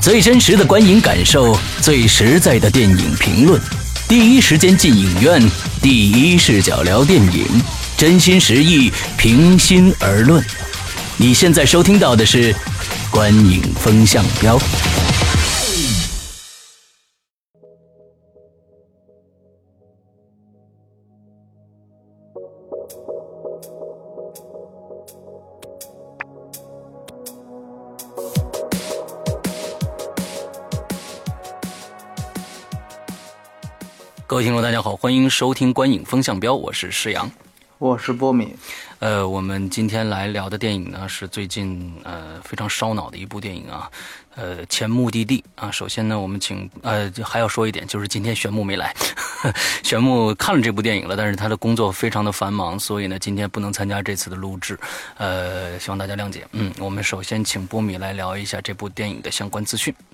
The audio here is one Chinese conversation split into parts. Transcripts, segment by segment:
最真实的观影感受，最实在的电影评论，第一时间进影院，第一视角聊电影，真心实意，平心而论。你现在收听到的是观影风向标。各位听众大家好，欢迎收听观影风向标，我是施阳， 我是波米。 我们今天来聊的电影呢是最近非常烧脑的一部电影啊，前目的地啊。首先呢，我们还要说一点，就是今天玄牧没来，玄牧看了这部电影了，但是他的工作非常的繁忙，所以呢今天不能参加这次的录制，希望大家谅解。我们首先请波米来聊一下这部电影的相关资讯。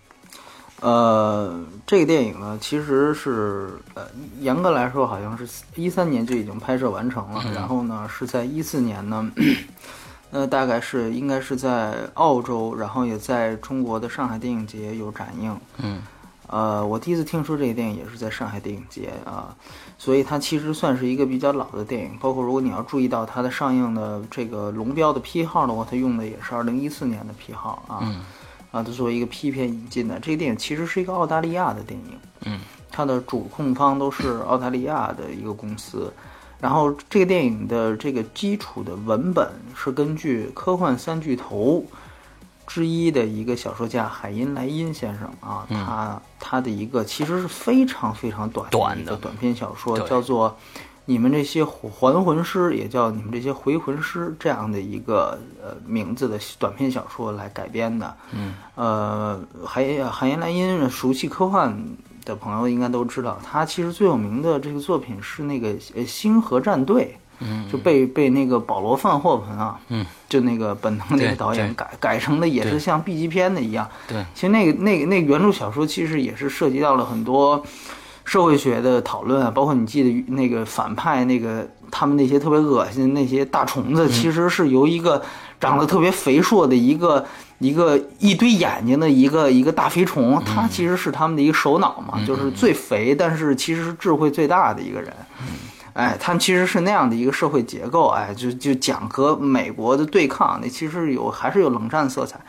这个电影呢，其实是严格来说，好像是13年就已经拍摄完成了，然后呢是在14年呢，大概是应该是在澳洲，然后也在中国的上海电影节有展映。我第一次听说这个电影也是在上海电影节啊，所以它其实算是一个比较老的电影。包括如果你要注意到它的上映的这个龙标的批号的话，它用的也是2014年的批号啊。它作为一个批片引进的，这个电影其实是一个澳大利亚的电影，它的主控方都是澳大利亚的一个公司，然后这个电影的这个基础的文本是根据科幻三巨头之一的一个小说家海因莱因先生啊，他的一个其实是非常非常短的一个短篇小说，叫做你们这些还魂师，也叫你们这些回魂师，这样的一个名字的短篇小说来改编的。海因莱因熟悉科幻的朋友应该都知道，他其实最有名的这个作品是那个星河战队。就被那个保罗范霍芬啊，就那个本能那个导演改成的也是像 B 级片的一样。对，其实那个原著小说其实也是涉及到了很多社会学的讨论啊，包括你记得那个反派那个他们那些特别恶心那些大虫子，其实是由一个长得特别肥硕的一堆眼睛的一个大肥虫，他其实是他们的一个首脑嘛，就是最肥但是其实是智慧最大的一个人。他们其实是那样的一个社会结构，就讲和美国的对抗，那其实还是有冷战色彩。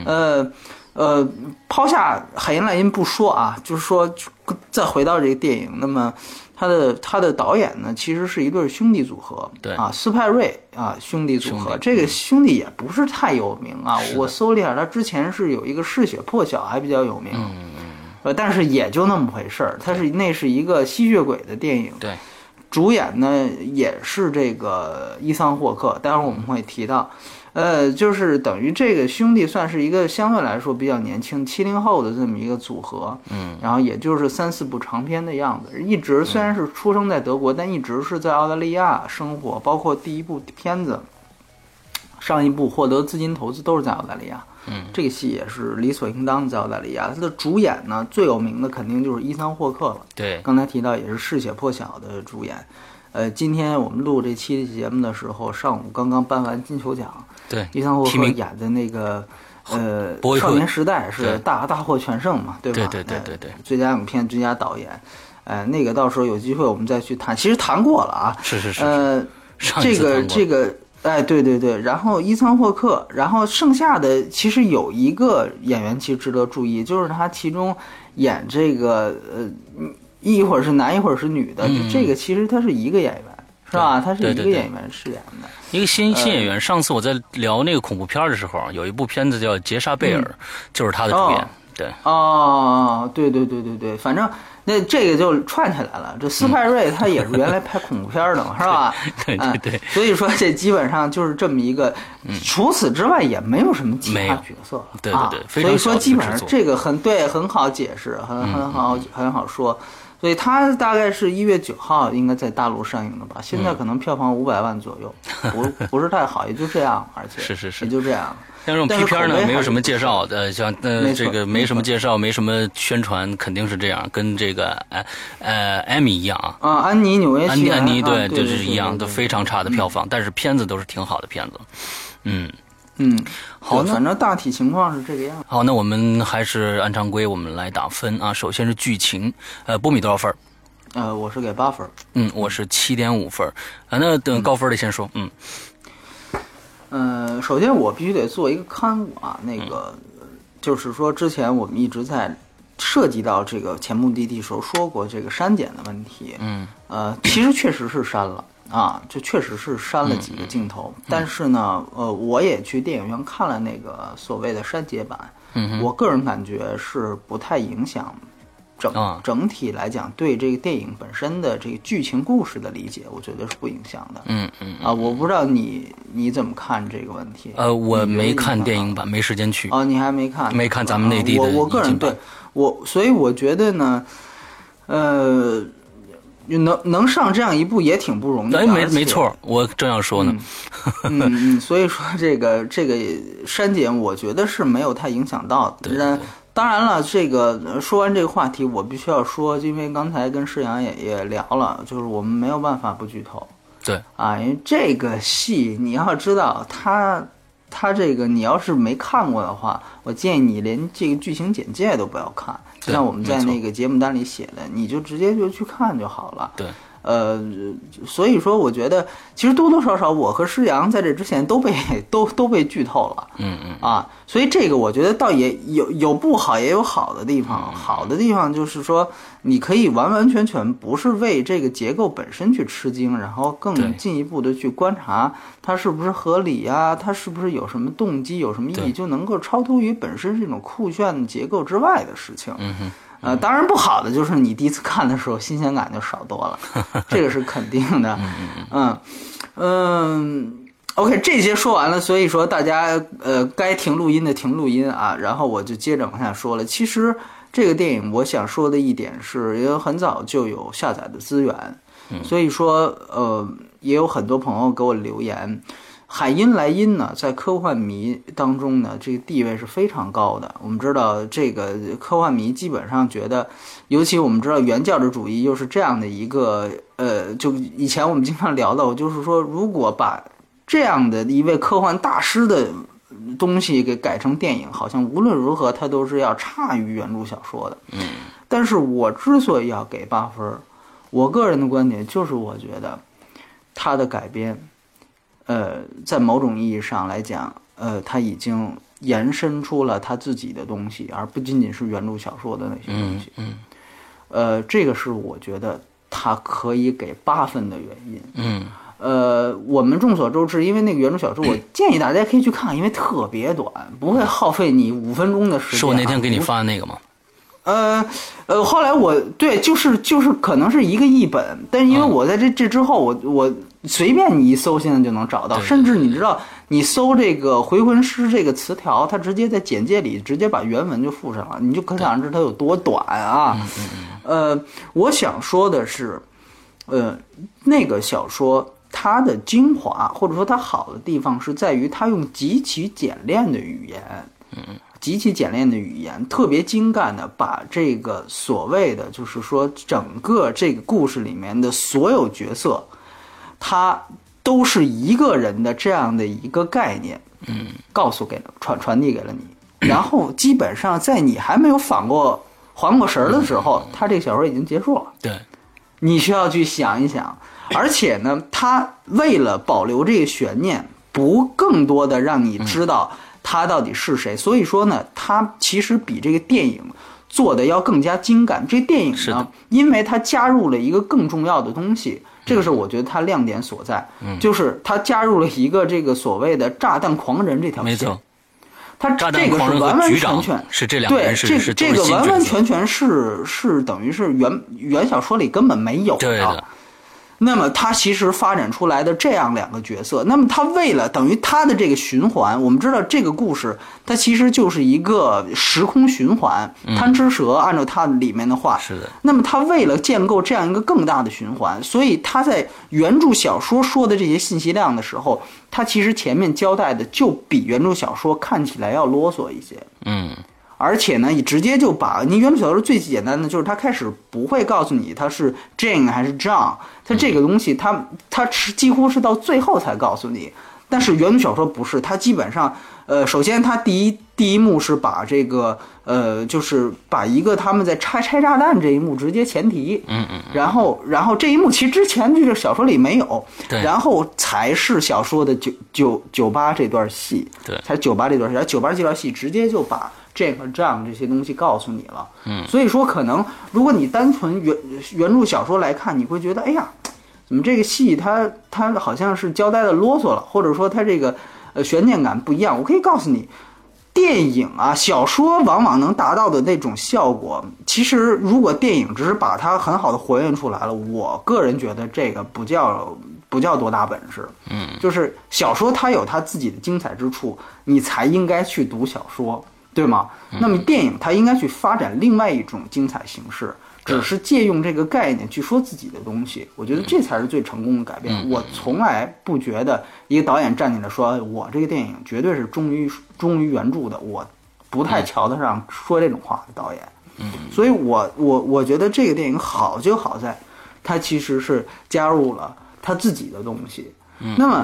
抛下海因莱因不说啊，就是说再回到这个电影，那么他的导演呢，其实是一对兄弟组合，对啊，斯派瑞啊兄弟组合，这个兄弟也不是太有名啊，我搜了一下，他之前是有一个嗜血破晓还比较有名，但是也就那么回事儿，那是一个吸血鬼的电影，对。主演呢也是这个伊桑霍克，待会儿我们会提到，就是等于这个兄弟算是一个相对来说比较年轻70后的这么一个组合，然后也就是3、4部长片的样子，一直虽然是出生在德国，但一直是在澳大利亚生活，包括第一部片子，上一部获得资金投资都是在澳大利亚。这个戏也是理所应当在澳大利亚。他的主演呢，最有名的肯定就是伊桑霍克了。对，刚才提到也是嗜血破晓的主演。今天我们录这期节目的时候，上午刚刚颁完金球奖。对，伊桑霍克演的那个少年时代是大获全胜嘛，对吧？对，最佳影片、最佳导演。那个到时候有机会我们再去谈，其实谈过了啊。是。这个。对，然后伊桑霍克，然后剩下的其实有一个演员其实值得注意，就是他其中演这个一会儿是男一会儿是女的，这个其实他是一个演员，是吧？他是一个演员饰演的一个新演员。上次我在聊那个恐怖片的时候，有一部片子叫《杰莎贝尔》，就是他的主演。对，反正那这个就串起来了。这斯派瑞他也是原来拍恐怖片的嘛，是吧？对。所以说这基本上就是这么一个，除此之外也没有什么其他角色。对，所以说基本上这个很好解释，很好说。所以它大概是1月9号应该在大陆上映的吧？现在可能票房500万左右，不是太好，也就这样，而且是也就这样。 像这种 P 片呢，没有什么介绍的，像这个没什么介绍，没什么宣传，肯定是这样，跟这个艾米一样啊。 安妮纽约西安妮对，就是一样，都非常差的票房，但是片子都是挺好的片子。 好呢， 反正大体情况是这个样子。 好，那我们还是按常规，我们来打分啊。首先是剧情，波米多少分？ 我是给8分。 我是7.5分。那等高分的先说。 首先我必须得做一个刊物啊，那个就是说之前我们一直在涉及到这个前目的地时候说过这个删减的问题。其实确实是删了啊，就确实是删了几个镜头。但是呢，我也去电影院看了那个所谓的删节版。我个人感觉是不太影响整体来讲对这个电影本身的这个剧情故事的理解，我觉得是不影响的。我不知道你怎么看这个问题？ 我没看电影版，没时间去。 你还没看？ 没看咱们内地的。 我个人对所以我觉得呢，能上这样一部也挺不容易的。 没错，我正要说呢。 所以说这个删减，我觉得是没有太影响到的。 对。 当然了，这个说完这个话题，我必须要说，因为刚才跟世阳也聊了，就是我们没有办法不剧透。 对因为这个戏你要知道，它这个你要是没看过的话，我建议你连这个剧情简介都不要看，就像我们在那个节目单里写的，你就直接就去看就好了。 对。 所以说我觉得其实多多少少我和施洋在这之前都被剧透了。所以这个我觉得倒也有不好也有好的地方。好的地方就是说你可以完完全全不是为这个结构本身去吃惊，然后更进一步的去观察它是不是合理啊，它是不是有什么动机有什么意义，就能够超脱于本身这种酷炫结构之外的事情。当然不好的就是你第一次看的时候新鲜感就少多了，这个是肯定的。OK， 这些说完了，所以说大家该停录音的停录音啊，然后我就接着往下说了。其实这个电影我想说的一点是，因为很早就有下载的资源，所以说也有很多朋友给我留言。海因莱因呢，在科幻迷当中呢，这个地位是非常高的。我们知道，这个科幻迷基本上觉得，尤其我们知道原教旨主义又是这样的一个就以前我们经常聊到，就是说，如果把这样的一位科幻大师的东西给改成电影，好像无论如何它都是要差于原著小说的。但是我之所以要给8分，我个人的观点就是，我觉得它的改编。在某种意义上来讲，他已经延伸出了他自己的东西，而不仅仅是原著小说的那些东西。这个是我觉得他可以给8分的原因。我们众所周知，因为那个原著小说，我建议大家可以去看，因为特别短，不会耗费你5分钟的时间。 是我那天给你发的那个吗？ 后来就是可能是一个译本，但是因为我在这之后，我随便你一搜现在就能找到，甚至你知道你搜这个回魂师这个词条，它直接在简介里直接把原文就附上了，你就可想而知它有多短啊。我想说的是，那个小说它的精华或者说它好的地方是在于它用极其简练的语言。极其简练的语言，特别精干的把这个所谓的就是说整个这个故事里面的所有角色，它都是一个人的这样的一个概念，告诉给了传递给了你，然后基本上在你还没有缓过神儿的时候，它这个小说已经结束了。 对， 你需要去想一想，而且呢，它为了保留这个悬念，不更多的让你知道。他到底是谁？所以说呢，他其实比这个电影做的要更加精干。这电影呢，因为它加入了一个更重要的东西，这个是我觉得它亮点所在，就是它加入了一个这个所谓的炸弹狂人这条线。 没错， 它这个是完完全全是这两个人是这个完完全全是等于是原小说里根本没有的。 对的。 那么他其实发展出来的这样2个角色，那么他为了等于他的这个循环，我们知道这个故事它其实就是一个时空循环，贪吃蛇按照它里面的话， 是的。 那么他为了建构这样一个更大的循环，所以他在原著小说说的这些信息量的时候，他其实前面交代的就比原著小说看起来要啰嗦一些。而且呢，你直接就把你原著小说最简单的就是他开始不会告诉你他是 Jane 还是 John， 他这个东西他几乎是到最后才告诉你但是原著小说不是，它基本上，首先它第一幕是把这个，就是把一个他们在拆炸弹这一幕直接前提，然后这一幕其实之前这个小说里没有， 对， 然后才是小说的酒吧这段戏， 对， 才是酒吧这段戏，酒吧这段戏直接就把Jane 和 John 这些东西告诉你了，所以说可能如果你单纯原著小说来看，你会觉得，哎呀。怎么这个戏它好像是交代的啰嗦了，或者说它这个悬念感不一样？我可以告诉你，电影啊小说往往能达到的那种效果，其实如果电影只是把它很好的还原出来了，我个人觉得这个不叫多大本事。就是小说它有它自己的精彩之处，你才应该去读小说，对吗？那么电影它应该去发展另外一种精彩形式。只是借用这个概念去说自己的东西，我觉得这才是最成功的改变。我从来不觉得一个导演站起来说我这个电影绝对是忠于原著的，我不太瞧得上说这种话的导演。所以我觉得这个电影好就好在它其实是加入了他自己的东西。那么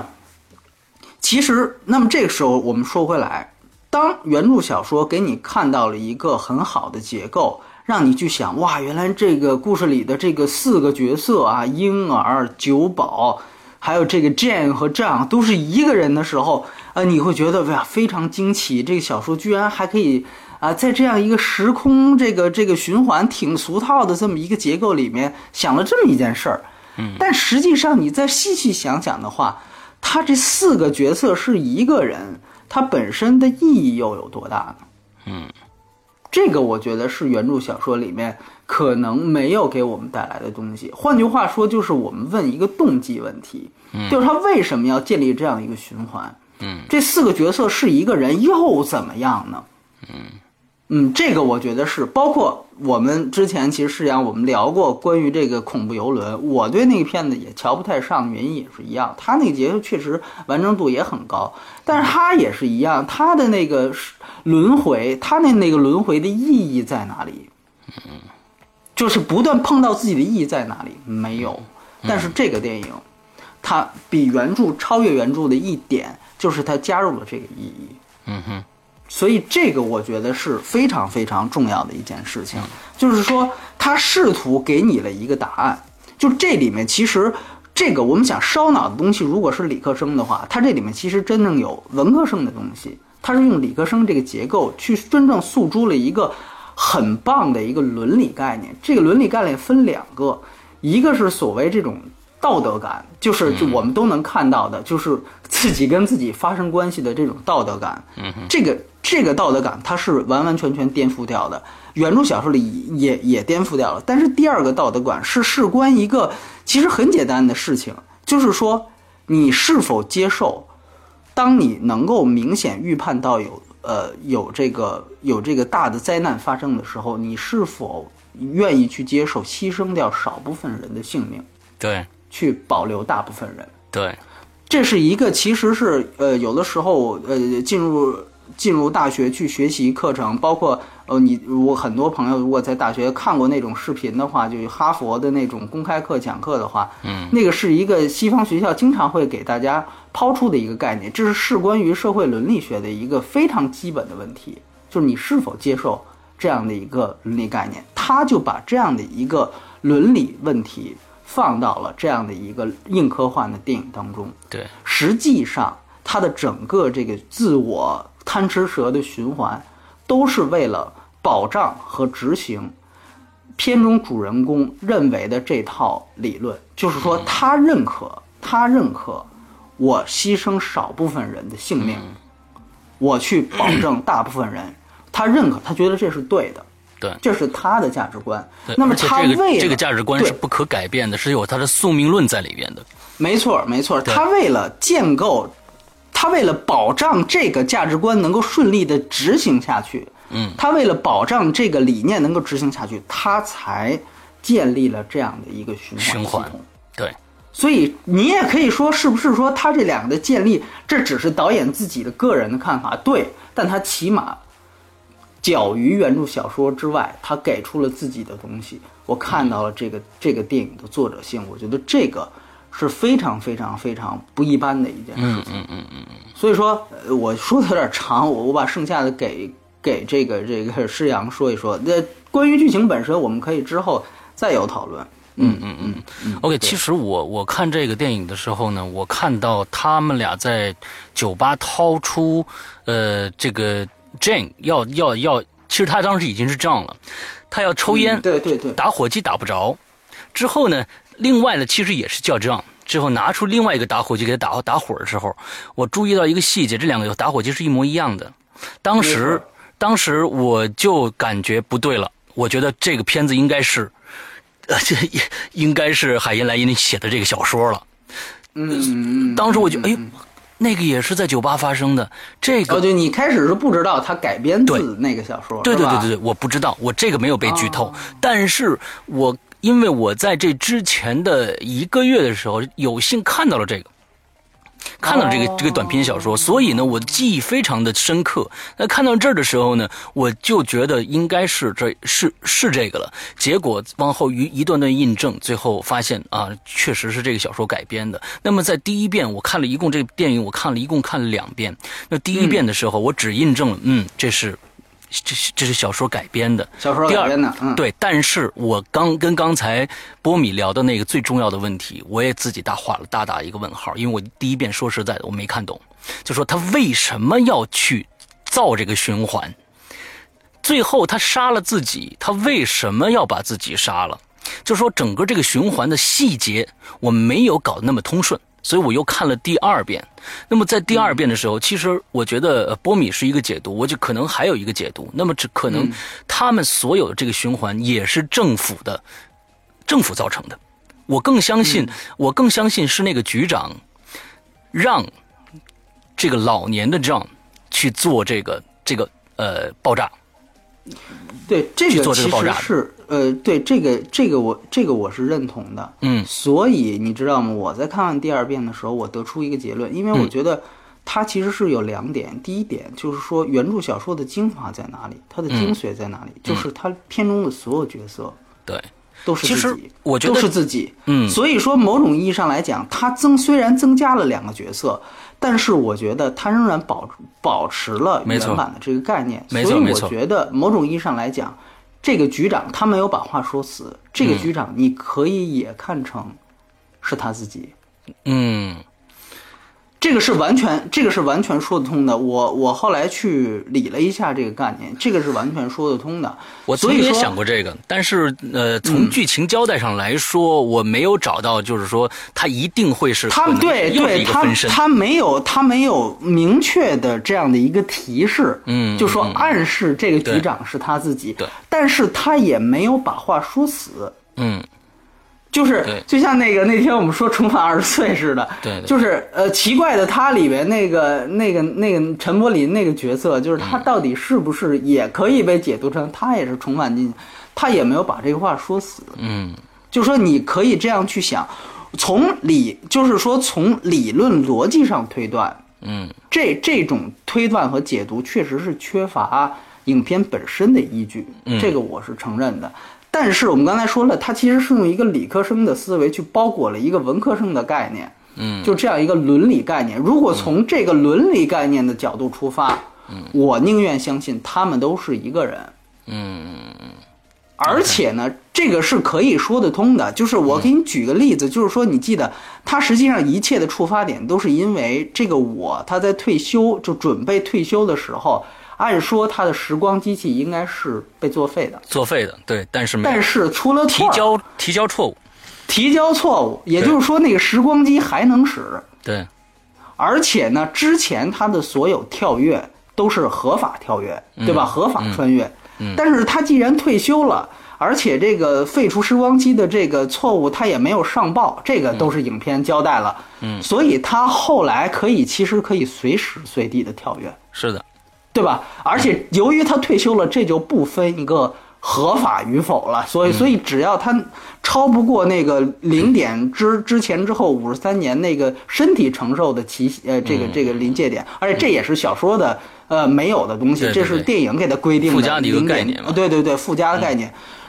这个时候我们说回来，当原著小说给你看到了一个很好的结构，让你去想，哇，原来这个故事里的这个4个角色啊，婴儿、酒保，还有这个 Jane 和 John 都是一个人的时候，你会觉得呀非常惊奇，这个小说居然还可以在这样一个时空这个循环挺俗套的这么一个结构里面想了这么一件事儿。但实际上你再细细想想的话，他这4个角色是一个人，他本身的意义又有多大呢？这个我觉得是原著小说里面可能没有给我们带来的东西。换句话说，就是我们问一个动机问题，就是他为什么要建立这样一个循环？这4个角色是一个人又怎么样呢？这个我觉得是，包括我们之前其实实际上我们聊过关于这个恐怖游轮，我对那个片子也瞧不太上，原因也是一样，他那个结构确实完成度也很高，但是他也是一样，他的那个轮回，他那个轮回的意义在哪里？就是不断碰到自己的意义在哪里？没有。但是这个电影，它比原著超越原著的一点，就是它加入了这个意义。所以这个我觉得是非常非常重要的一件事情，就是说他试图给你了一个答案。就这里面其实这个我们想烧脑的东西，如果是理科生的话，它这里面其实真正有文科生的东西，它是用理科生这个结构去真正诉诸了一个很棒的一个伦理概念。这个伦理概念分2个，一个是所谓这种道德感，就是我们都能看到的，就是自己跟自己发生关系的这种道德感。这个道德感它是完完全全颠覆掉的，原著小说里也颠覆掉了。但是第2个道德感是事关一个其实很简单的事情，就是说你是否接受，当你能够明显预判到有这个大的灾难发生的时候，你是否愿意去接受牺牲掉少部分人的性命，对，去保留大部分人。对，这是一个其实是有的时候进入大学去学习课程，包括我很多朋友如果在大学看过那种视频的话，就哈佛的那种公开课讲课的话，那个是一个西方学校经常会给大家抛出的一个概念，这是事关于社会伦理学的一个非常基本的问题，就是你是否接受这样的一个伦理概念。他就把这样的一个伦理问题放到了这样的一个硬科幻的电影当中。对，实际上他的整个这个自我贪吃蛇的循环都是为了保障和执行片中主人公认为的这套理论，就是说他认可我牺牲少部分人的性命，我去保证大部分人，他认可，他觉得这是对的。对，这是他的价值观。那么他这个价值观是不可改变的，是有他的宿命论在里边的。没错，他为了建构，他为了保障这个价值观能够顺利的执行下去，他为了保障这个理念能够执行下去，他才建立了这样的一个循环系统。对，所以你也可以说，是不是说他这2个的建立，这只是导演自己的个人的看法？对，但他起码较于原著小说之外，他给出了自己的东西。我看到了这个电影的作者性，我觉得这个是非常非常非常不一般的一件事情。所以说，我说的有点长，我把剩下的给这个施洋说一说。那关于剧情本身，我们可以之后再有讨论。 OK， 其实我看这个电影的时候呢，我看到他们俩在酒吧掏出这个 Jane 要，其实他当时已经是这样了，他要抽烟， 对， 打火机打不着，之后呢，另外呢其实也是叫这样。之后拿出另外一个打火机给他打火的时候，我注意到一个细节，这两个打火机是一模一样的。当时我就感觉不对了，我觉得这个片子应该是。这应该是海因莱因写的这个小说了。当时我就那个也是在酒吧发生的。这个对，你开始是不知道他改编自那个小说， 对，我不知道，我这个没有被剧透，但是因为我在这之前的1个月的时候有幸看到了这个短篇小说，所以呢，我的记忆非常的深刻。那看到这儿的时候呢，我就觉得应该是这个了。结果往后一段印证，最后发现啊，确实是这个小说改编的。那么在第一遍我看了一共这个电影，我一共看了2遍。那第一遍的时候，我只印证了，这是小说改编的， 小说改编的， 对。但是我跟刚才波米聊的那个最重要的问题，我也自己大打一个问号，因为我第一遍说实在的我没看懂，就说他为什么要去造这个循环，最后他杀了自己，他为什么要把自己杀了？就说整个这个循环的细节我没有搞得那么通顺。所以我又看了第2遍。那么在第2遍的时候，其实我觉得波米是一个解读，我就可能还有一个解读。那么只可能他们所有的这个循环也是政府造成的。我更相信是那个局长让这个老年的John去做这个爆炸。 对，这个其实是对这个我是认同的。所以你知道吗？我在看完第2遍的时候，我得出一个结论，因为我觉得它其实是有2点。第一点就是说，原著小说的精华在哪里，它的精髓在哪里，就是它片中的所有角色， 对， 都是自己， 其实我觉得都是自己。所以说某种意义上来讲，它虽然增加了2个角色，但是我觉得它仍然保持了原版的这个概念。所以我觉得某种意义上来讲，这个局长他没有把话说死，这个局长你可以也看成是他自己。这个是完全说得通的。我后来去理了一下这个概念，这个是完全说得通的。 我曾经也想过这个，但是从剧情交代上来说，我没有找到，就是说他一定会是他没有明确的这样的一个提示，就说暗示这个局长是他自己，但是他也没有把话说死，就是就像那天我们说重返20岁似的， 对， 就是奇怪的他里边那个陈柏霖那个角色，就是他到底是不是也可以被解读成他也是重返进去，他也没有把这个话说死，就说你可以这样去想，就是说从理论逻辑上推断，这种推断和解读确实是缺乏影片本身的依据，这个我是承认的。但是我们刚才说了，它其实是用一个理科生的思维去包裹了一个文科生的概念，就这样一个伦理概念。如果从这个伦理概念的角度出发，我宁愿相信他们都是一个人，而且呢，这个是可以说得通的。就是我给你举个例子，就是说你记得，他实际上一切的触发点都是因为这个他在退休就准备退休的时候。按说他的时光机器应该是被作废的， 对，但是出了错， 提交错误，也就是说那个时光机还能使， 对， 而且呢，之前他的所有跳跃都是合法跳跃，对吧？合法穿越，但是他既然退休了，而且这个废除时光机的这个错误他也没有上报，这个都是影片交代了，所以他后来其实可以随时随地的跳跃， 是的。 对吧？而且由于他退休了，这就不分一个合法与否了。所以只要他超不过那个0点之前之后53年那个身体承受的这个临界点，而且这也是小说的没有的东西，这是电影给他规定的附加的一个概念嘛。 对，附加的概念。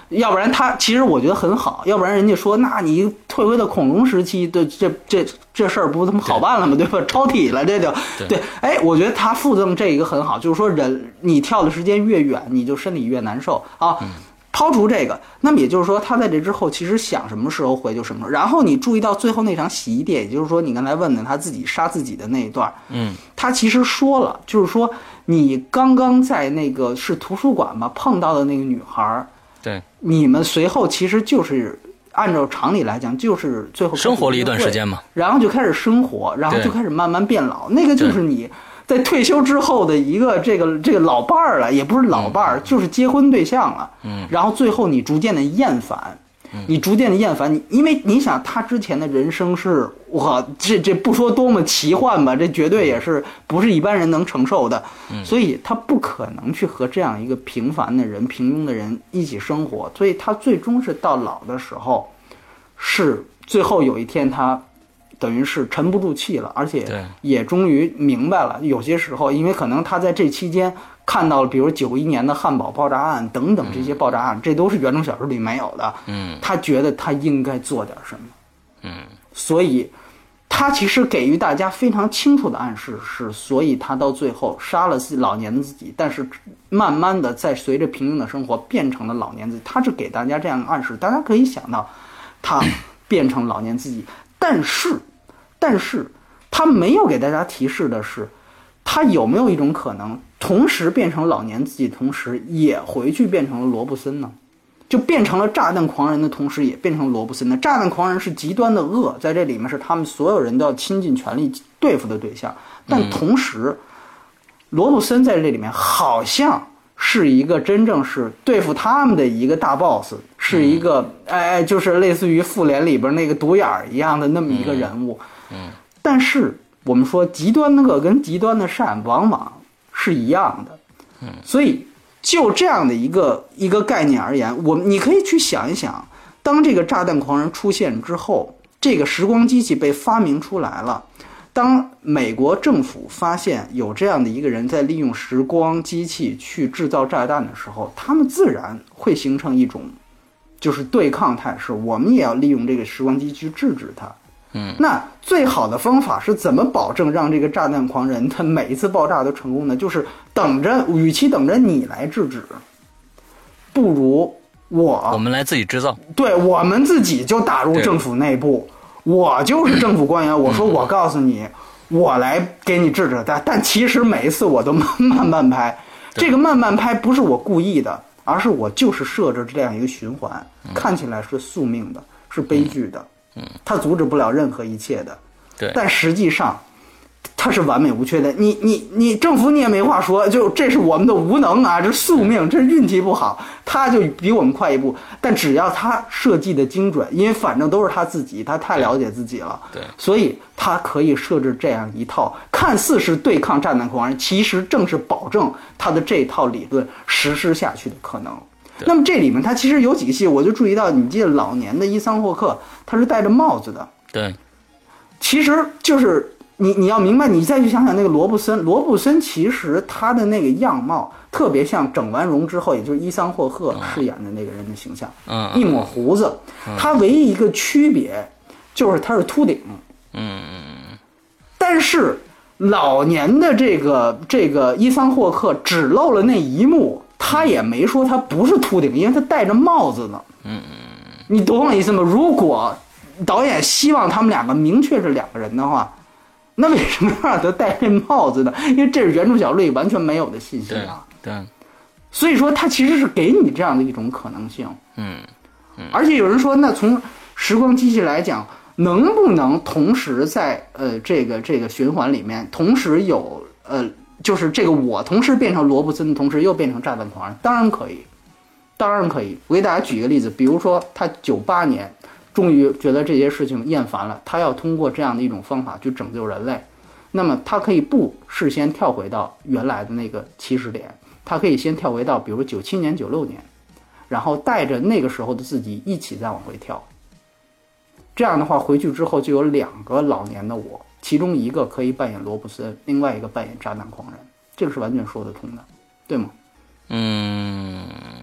要不然他其实我觉得很好，要不然人家说那你退回到恐龙时期的这事儿不他妈好办了吗？对吧？超体了这就对，哎，我觉得他附赠这一个很好，就是说人你跳的时间越远，你就身体越难受啊。抛除这个，那么也就是说，他在这之后其实想什么时候回就什么时候。然后你注意到最后那场洗衣店，也就是说你刚才问的他自己杀自己的那一段，他其实说了，就是说你刚刚在那个是图书馆吧碰到的那个女孩， 对， 你们随后其实就是按照常理来讲，就是最后生活了一段时间嘛， 然后就开始生活，然后就开始慢慢变老，那个就是你。在退休之后的一个这个老伴儿了，也不是老伴儿，就是结婚对象了。然后最后你逐渐的厌烦，因为你想他之前的人生是这不说多么奇幻吧，这绝对也是不是一般人能承受的。所以他不可能去和这样一个平凡的人、平庸的人一起生活，所以他最终是到老的时候，是最后有一天他。等于是沉不住气了，而且也终于明白了，有些时候，因为可能他在这期间看到了，比如91年的汉堡爆炸案等等这些爆炸案，这都是原著小说里没有的。他觉得他应该做点什么。所以他其实给予大家非常清楚的暗示是，所以他到最后杀了老年的自己，但是慢慢的在随着平庸的生活变成了老年自己。他是给大家这样的暗示，大家可以想到，他变成老年自己。但是他没有给大家提示的是，他有没有一种可能，同时变成老年自己，同时也回去变成了罗布森呢？就变成了炸弹狂人的同时，也变成罗布森呢？炸弹狂人是极端的恶，在这里面是他们所有人都要倾尽全力对付的对象，但同时，罗布森在这里面好像是一个真正是对付他们的一个大 boss， 是一个就是类似于复联里边那个独眼一样的那么一个人物。但是我们说极端的恶跟极端的善往往是一样的。所以就这样的一个概念而言，你可以去想一想，当这个炸弹狂人出现之后，这个时光机器被发明出来了。当美国政府发现有这样的一个人在利用时光机器去制造炸弹的时候，他们自然会形成一种就是对抗态势，我们也要利用这个时光机去制止它。那最好的方法是怎么保证让这个炸弹狂人他每一次爆炸都成功呢？就是与其等着你来制止，不如我们来自己制造。 对，我们自己就打入政府内部。我就是政府官员，我说我告诉你，我来给你治它，但其实每一次我都慢拍，这个慢拍不是我故意的，而是我就是设置这样一个循环，看起来是宿命的，是悲剧的，它阻止不了任何一切的， 对， 但实际上它是完美无缺的。你政府你也没话说，就这是我们的无能啊，这是宿命，这是运气不好，他就比我们快一步。但只要他设计的精准，因为反正都是他自己，他太了解自己了， 对， 所以他可以设置这样一套看似是对抗炸弹狂人，其实正是保证他的这套理论实施下去的可能。那么这里面他其实有几个戏，我就注意到，你记得老年的伊桑霍克他是戴着帽子的， 对， 其实就是你要明白，你再去想想那个罗布森其实他的那个样貌特别像整完容之后，也就是伊桑霍克饰演的那个人的形象，一抹胡子，他唯一一个区别就是他是秃顶，但是老年的这个伊桑霍克只露了那一幕，他也没说他不是秃顶，因为他戴着帽子呢，你懂我意思吗？如果导演希望他们两个明确是两个人的话，那为什么要让他戴这帽子呢？因为这是原著小说里完全没有的信息啊。 对， 所以说他其实是给你这样的一种可能性。而且有人说，那从时光机器来讲，能不能同时在这个循环里面，同时有就是这个我同时变成罗布森，同时又变成炸弹狂人？当然可以，当然可以。我给大家举一个例子，比如说他98年。终于觉得这些事情厌烦了，他要通过这样的一种方法去拯救人类，那么他可以不事先跳回到原来的那个起始点，他可以先跳回到比如97年96年，然后带着那个时候的自己一起再往回跳，这样的话回去之后就有2个老年的我，其中一个可以扮演罗布森，另外一个扮演炸弹狂人，这个是完全说得通的，对吗？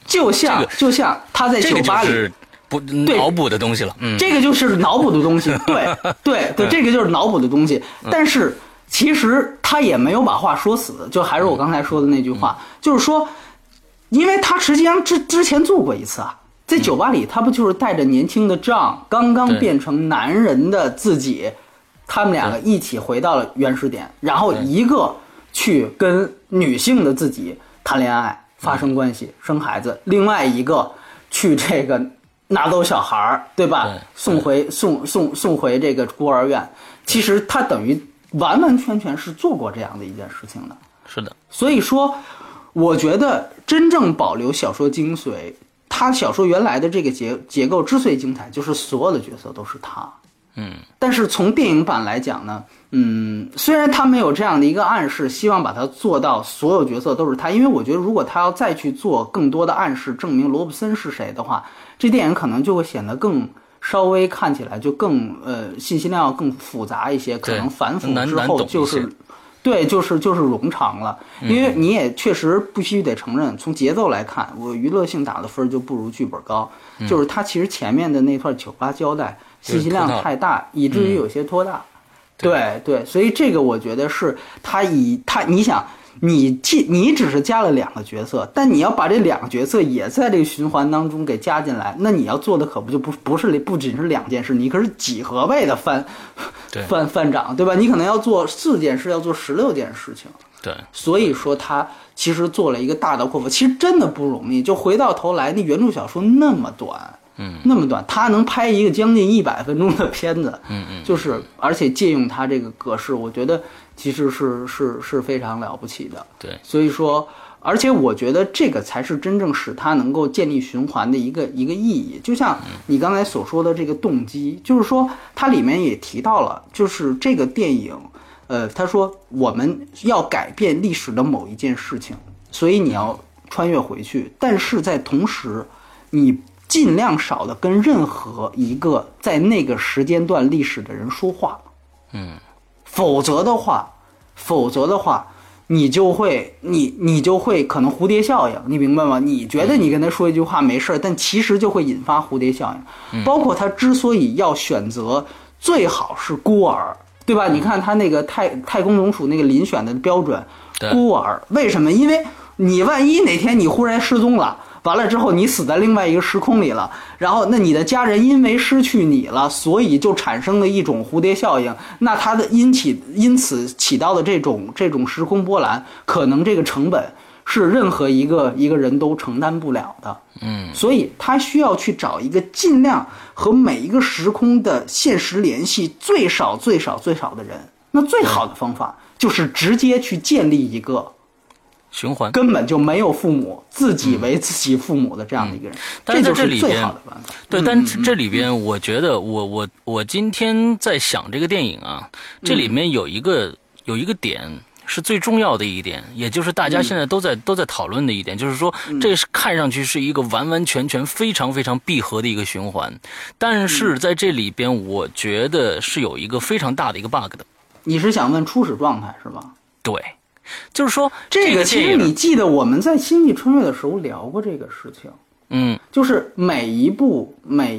就像他在酒吧里。 这个不脑补的东西了， 这个就是脑补的东西，对，这个就是脑补的东西。但是其实他也没有把话说死，就还是我刚才说的那句话，就是说，因为他实际上之前做过一次啊，在酒吧里，他不就是带着年轻的John刚刚变成男人的自己，他们两个一起回到了原始点，然后一个去跟女性的自己谈恋爱、发生关系、生孩子，另外一个去这个。拿走小孩对吧？送回这个孤儿院。其实他等于完完全全是做过这样的一件事情的。 是的。所以说，我觉得真正保留小说精髓，他小说原来的这个结构之所以精彩，就是所有的角色都是他。但是从电影版来讲呢，虽然他没有这样的一个暗示，希望把它做到所有角色都是他，因为我觉得如果他要再去做更多的暗示，证明罗伯森是谁的话，这电影可能就会显得更稍微看起来就更信息量要更复杂一些，可能反腐之后就是对，就是冗长了。因为你也确实必须得承认，从节奏来看，我娱乐性打的分就不如剧本高，就是他其实前面的那段酒吧交代信息量太大，以至于有些拖大。对，所以这个我觉得是你想。你只是加了2个角色，但你要把这2个角色也在这个循环当中给加进来，那你要做的可不就不仅是2件事，你可是几何倍的翻涨，对吧？你可能要做4件事，要做16件事情。 对， 所以说他其实做了一个大的扩幅，其实真的不容易。就回到头来，那原著小说那么短。那么短，他能拍一个将近100分钟的片子，就是而且借用他这个格式，我觉得其实是非常了不起的。 对， 所以说，而且我觉得这个才是真正使他能够建立循环的一个意义。就像你刚才所说的这个动机，就是说它里面也提到了，就是这个电影，他说我们要改变历史的某一件事情，所以你要穿越回去，但是在同时，你尽量少的跟任何一个在那个时间段历史的人说话，否则的话，你就会可能蝴蝶效应，你明白吗？你觉得你跟他说一句话没事，但其实就会引发蝴蝶效应。包括他之所以要选择最好是孤儿，对吧？你看他那个太空总署那个遴选的标准，孤儿，为什么？因为你万一哪天你忽然失踪了。完了之后，你死在另外一个时空里了，然后那你的家人因为失去你了，所以就产生了一种蝴蝶效应。那它的因此起到的这种时空波澜，可能这个成本是任何一个人都承担不了的。所以他需要去找一个尽量和每一个时空的现实联系最少的人。那最好的方法就是直接去建立一个。 循环根本就没有父母，自己为自己父母的这样的一个人， 但是这就是最好的办法。 对，但这里边我觉得我今天在想这个电影啊，这里面有一个点是最重要的一点，也就是大家现在都在讨论的一点，就是说这是看上去是一个完完全全非常非常闭合的一个循环，但是在这里边我觉得是有一个非常大的一个 bug 的。 你是想问初始状态是吧？ 对。就是说， 这个其实你记得我们在星际穿越的时候聊过这个事情，就是每一部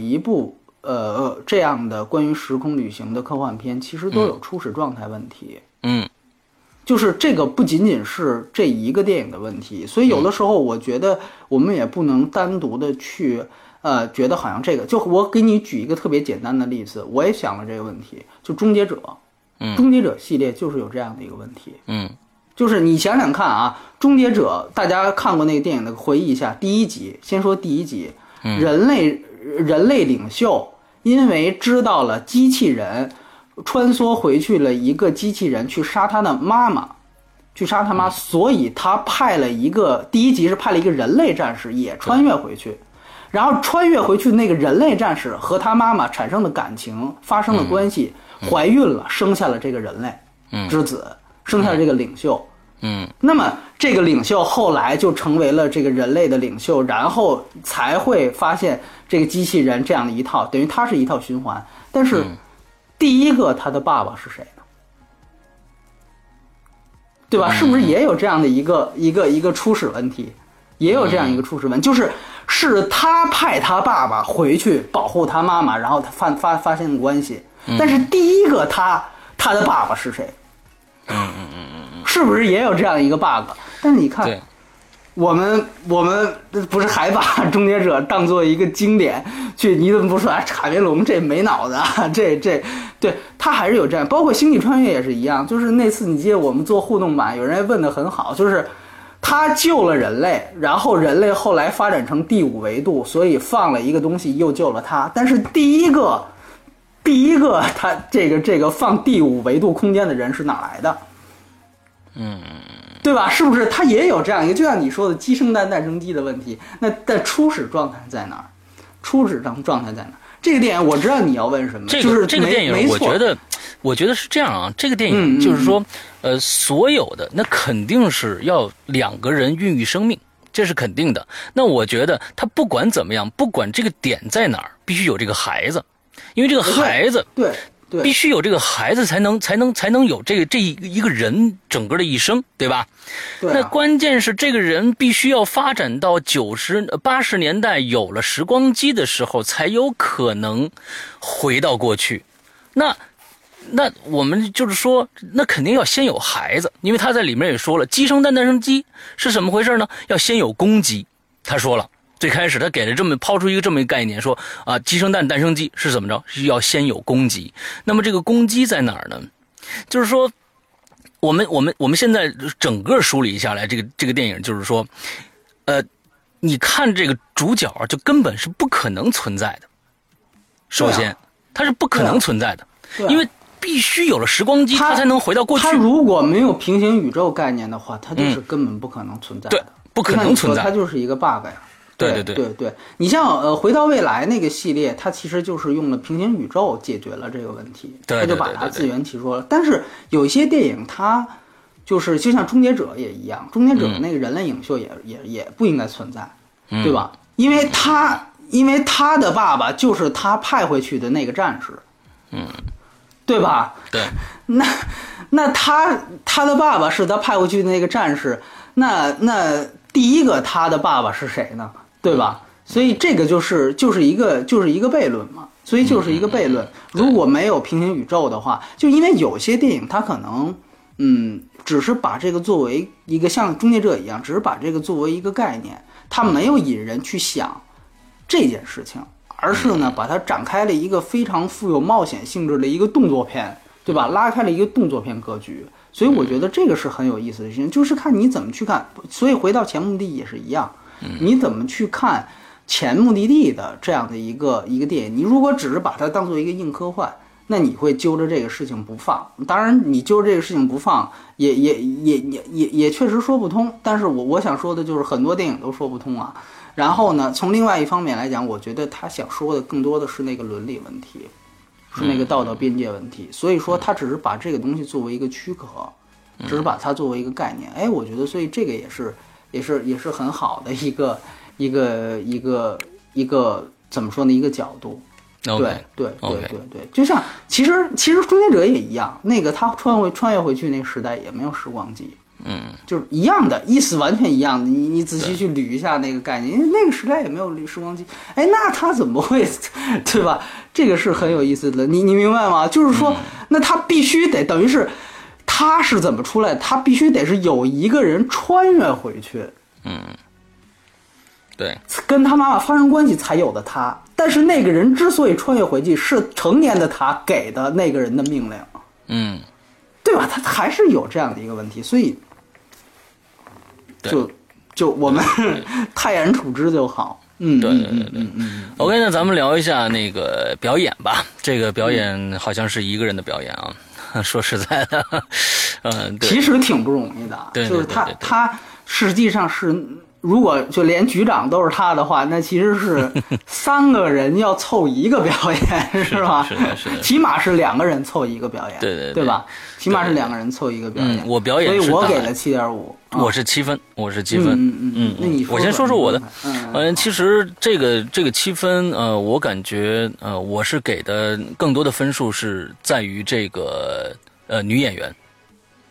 这样的关于时空旅行的科幻片，其实都有初始状态问题，就是这个不仅仅是这一个电影的问题，所以有的时候我觉得我们也不能单独的去觉得好像这个，就我给你举一个特别简单的例子，我也想了这个问题，就终结者，终结者系列就是有这样的一个问题，就是你想想看啊，终结者大家看过那个电影的，回忆一下第一集，先说第一集，人类领袖因为知道了机器人穿梭回去了一个机器人去杀他的妈妈，所以他第一集是派了一个人类战士也穿越回去，然后穿越回去那个人类战士和他妈妈产生的感情，发生了关系，怀孕了，生下了这个人类之子，生下了这个领袖。那么这个领袖后来就成为了这个人类的领袖，然后才会发现这个机器人这样的一套，等于它是一套循环。但是第一个他的爸爸是谁呢？对吧？是不是也有这样的一个初始问题？ 也有这样一个初始问，就是他派他爸爸回去保护他妈妈，然后他发生关系，但是第一个他的爸爸是谁？是不是也有这样一个 bug？ 但是你看，我们不是还把《终结者》当做一个经典去？你怎么不说卡梅隆这没脑子啊？这对他还是有这样，包括《星际穿越》也是一样。就是那次你记得我们做互动版，有人问得很好，就是他救了人类，然后人类后来发展成第5维度，所以放了一个东西又救了他。但是第一个他这个放第5维度空间的人是哪来的？对吧？是不是他也有这样一个，就像你说的鸡生蛋蛋生鸡的问题？那在初始状态在哪儿？这个电影我知道你要问什么，就是这个电影，我觉得是这样啊。这个电影就是说，所有的那肯定是要2个人孕育生命，这是肯定的。那我觉得他不管怎么样，不管这个点在哪儿，必须有这个孩子，因为这个孩子对。 必须有这个孩子才能有这一个人整个的一生，对吧？ 对啊。 那关键是这个人必须要发展到80年代有了时光机的时候，才有可能回到过去。那我们就是说，那肯定要先有孩子，因为他在里面也说了，鸡生蛋蛋生鸡是怎么回事呢？要先有公鸡，他说了。最开始他给了抛出这么一个概念，说啊，鸡生蛋，蛋生鸡是怎么着？是要先有公鸡。那么这个公鸡在哪儿呢？就是说，我们现在整个梳理下来，这个电影就是说，你看这个主角就根本是不可能存在的。首先，他是不可能存在的，因为必须有了时光机，他才能回到过去。 他如果没有平行宇宙概念的话，他就是根本不可能存在的。 对，不可能存在， 它就是一个 bug 呀。对，你像回到未来那个系列，它其实就是用了平行宇宙解决了这个问题，它就把它自圆其说了。但是有一些电影，它就像终结者也一样，终结者那个人类领袖也不应该存在，对吧？因为他的爸爸就是他派回去的那个战士，对吧？ 对， 那他的爸爸是他派回去的那个战士，那第一个他的爸爸是谁呢？对吧？所以这个就是一个悖论嘛。所以就是一个悖论。如果没有平行宇宙的话，就因为有些电影它可能只是把这个作为一个像终结者一样，只是把这个作为一个概念，它没有引人去想这件事情，而是呢把它展开了一个非常富有冒险性质的一个动作片，对吧？拉开了一个动作片格局。所以我觉得这个是很有意思的事情，就是看你怎么去看。所以回到前目的地也是一样，你怎么去看前目的地的这样的一个电影？你如果只是把它当做一个硬科幻，那你会揪着这个事情不放。当然，你揪着这个事情不放，也确实说不通。但是我想说的就是，很多电影都说不通啊。然后呢，从另外一方面来讲，我觉得他想说的更多的是那个伦理问题。是那个道德边界问题，所以说他只是把这个东西作为一个躯壳，只是把它作为一个概念。哎，我觉得，所以这个也是很好的一个怎么说呢？一个角度。 对， 就像其实终结者也一样，那个他穿越回去那个时代也没有时光机。就是一样的意思，完全一样的。你仔细去捋一下那个概念，因为那个时代也没有时光机。哎，那他怎么会，对吧？这个是很有意思的。你明白吗？就是说，那他必须得等于是，他是怎么出来的？他必须得是有一个人穿越回去， 对， 跟他妈妈发生关系才有的他。但是那个人之所以穿越回去，是成年的他给的那个人的命令，对吧？他还是有这样的一个问题，所以。就我们泰然处之就好。对。 OK， 那咱们聊一下那个表演吧。这个表演好像是一个人的表演啊。说实在的， 其实挺不容易的。 对， 就是他实际上是，如果就连局长都是他的话，那其实是3个人要凑一个表演，是吧？ 是的。 起码是2个人凑一个表演， 对吧？起码是2个人凑一个表演。 我表演， 所以我给了7.5。 我是7分，那你说我先说我的。其实这个7分，我感觉我是给的更多的分数是在于这个女演员。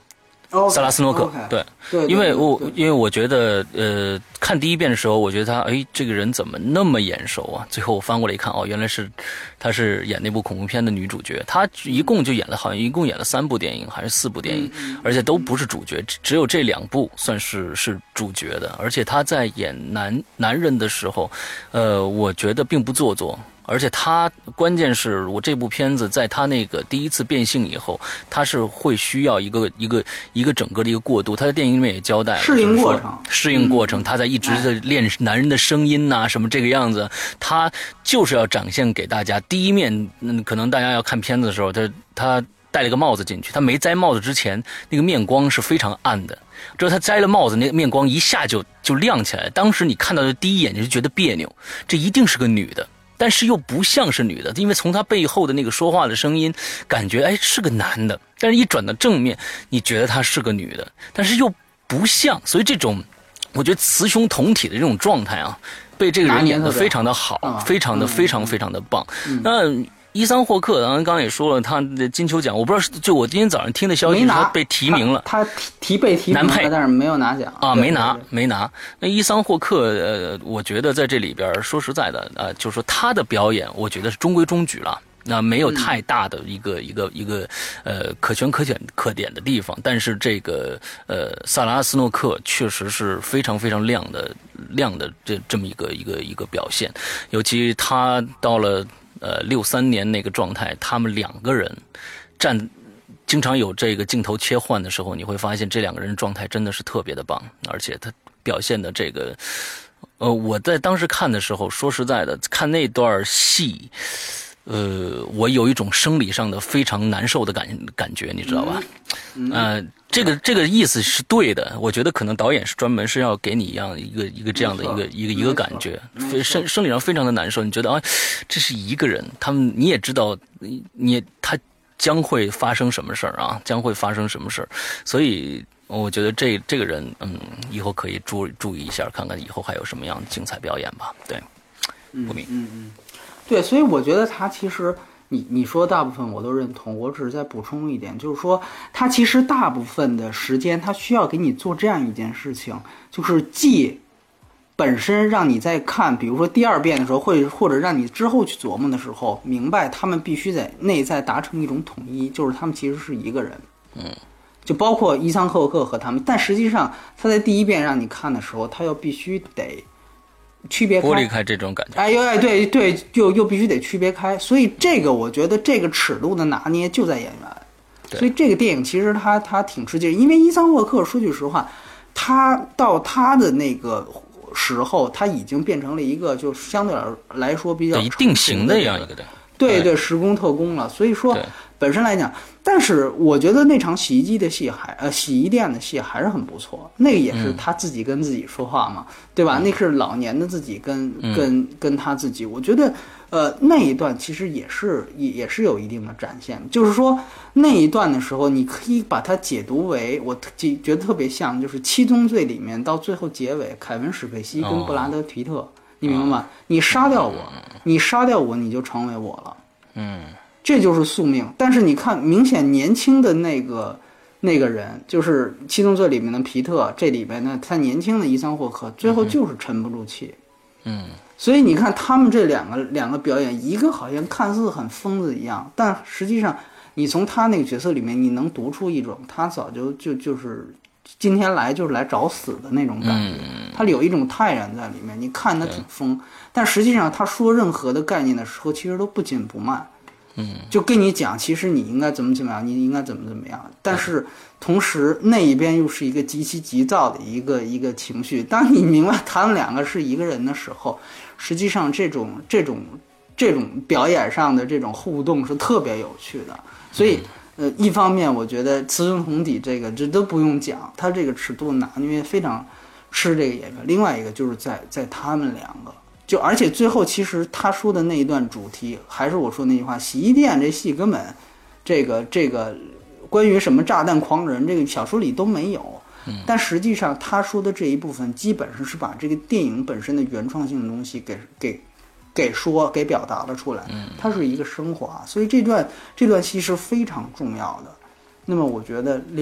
萨拉斯诺克。 对， 因为我觉得看第一遍的时候，我觉得这个人怎么那么眼熟啊？最后我翻过来一看，原来是他是演那部恐怖片的女主角。她一共就演了3部电影还是4部电影，而且都不是主角，只有这2部算是主角的。而且她在演男人的时候，我觉得并不做作。而且他关键是我这部片子在他那个第一次变性以后，他是会需要一个整个的一个过渡。他在电影里面也交代了适应过程，他在一直在练男人的声音呐，什么这个样子，他就是要展现给大家。第一面，可能大家要看片子的时候，他戴了个帽子进去，他没摘帽子之前，那个面光是非常暗的。之后他摘了帽子，那个面光一下就亮起来。当时你看到的第一眼你就觉得别扭，这一定是个女的。但是又不像是女的，因为从她背后的那个说话的声音，感觉是个男的，但是一转到正面，你觉得她是个女的，但是又不像，所以这种，我觉得雌雄同体的这种状态啊，被这个人演得非常的好，非常的棒。那伊桑霍克，刚刚也说了，他的金球奖，我不知道，就我今天早上听的消息，他被提名了， 他被提名了，男配，但是没有拿奖啊，没拿。那伊桑霍克，我觉得在这里边说实在的，就是说他的表演，我觉得是中规中矩了。那没有太大的一个可圈可点的地方，但是这个萨拉斯诺克确实是非常亮的这么一个表现，尤其他到了63年那个状态，他们2个人经常有这个镜头切换的时候，你会发现这2个人状态真的是特别的棒，而且他表现的这个我在当时看的时候，说实在的，看那段戏。我有一种生理上的非常难受的感觉，你知道吧？这个意思是对的。我觉得可能导演是专门是要给你一个这样的一个感觉，生理上非常的难受。你觉得这是一个人，你也知道，他将会发生什么事儿啊？将会发生什么事儿？所以我觉得这个人，以后可以注意一下，看看以后还有什么样的精彩表演吧。对，不明。 对，所以我觉得他其实你说大部分我都认同，我只是再补充一点，就是说他其实大部分的时间他需要给你做这样一件事情，就是既本身让你在看，比如说第2遍的时候，或者让你之后去琢磨的时候，明白他们必须在内在达成一种统一，就是他们其实是一个人。就包括伊桑霍克和他们，但实际上他在第1遍让你看的时候，他又必须得区别开， 剥离开这种感觉， 对，又必须得区别开，所以这个我觉得这个尺度的拿捏就在演员，所以这个电影其实他挺吃劲，因为伊桑霍克说句实话，他到他的那个时候，他已经变成了一个就相对来说比较定型的这样一个对时工特工了，所以说本身来讲，但是我觉得那场洗衣机的戏洗衣店的戏还是很不错，那个也是他自己跟自己说话嘛，对吧？那是老年的自己跟他自己，我觉得那一段其实也是有一定的展现，就是说那一段的时候，你可以把它解读为我觉得特别像就是《七宗罪》里面到最后结尾，凯文史佩西跟布拉德皮特。你明白吗？你杀掉我，你就成为我了。这就是宿命。但是你看，明显年轻的那个人，就是《七宗罪》里面的皮特，这里面呢，他年轻的伊桑霍克，最后就是沉不住气。所以你看他们这两个表演，一个好像看似很疯子一样，但实际上你从他那个角色里面，你能读出一种他早就是今天来就是来找死的那种感觉，他有一种泰然在里面。你看他挺疯，但实际上他说任何的概念的时候，其实都不紧不慢。就跟你讲，其实你应该怎么样，你应该怎么样。但是同时那一边又是一个极其急躁的一个情绪。当你明白他们2个是一个人的时候，实际上这种表演上的这种互动是特别有趣的。所以一方面我觉得雌雄同体这都不用讲，他这个尺度拿捏非常吃这个演员。另外一个就是在他们2个，而且最后其实他说的那一段主题，还是我说那句话，洗衣店这戏根本这个关于什么炸弹狂人这个小说里都没有。但实际上他说的这一部分基本上是把这个电影本身的原创性的东西给表达了出来，它是一个升华，所以这段戏是非常重要的。那么我觉得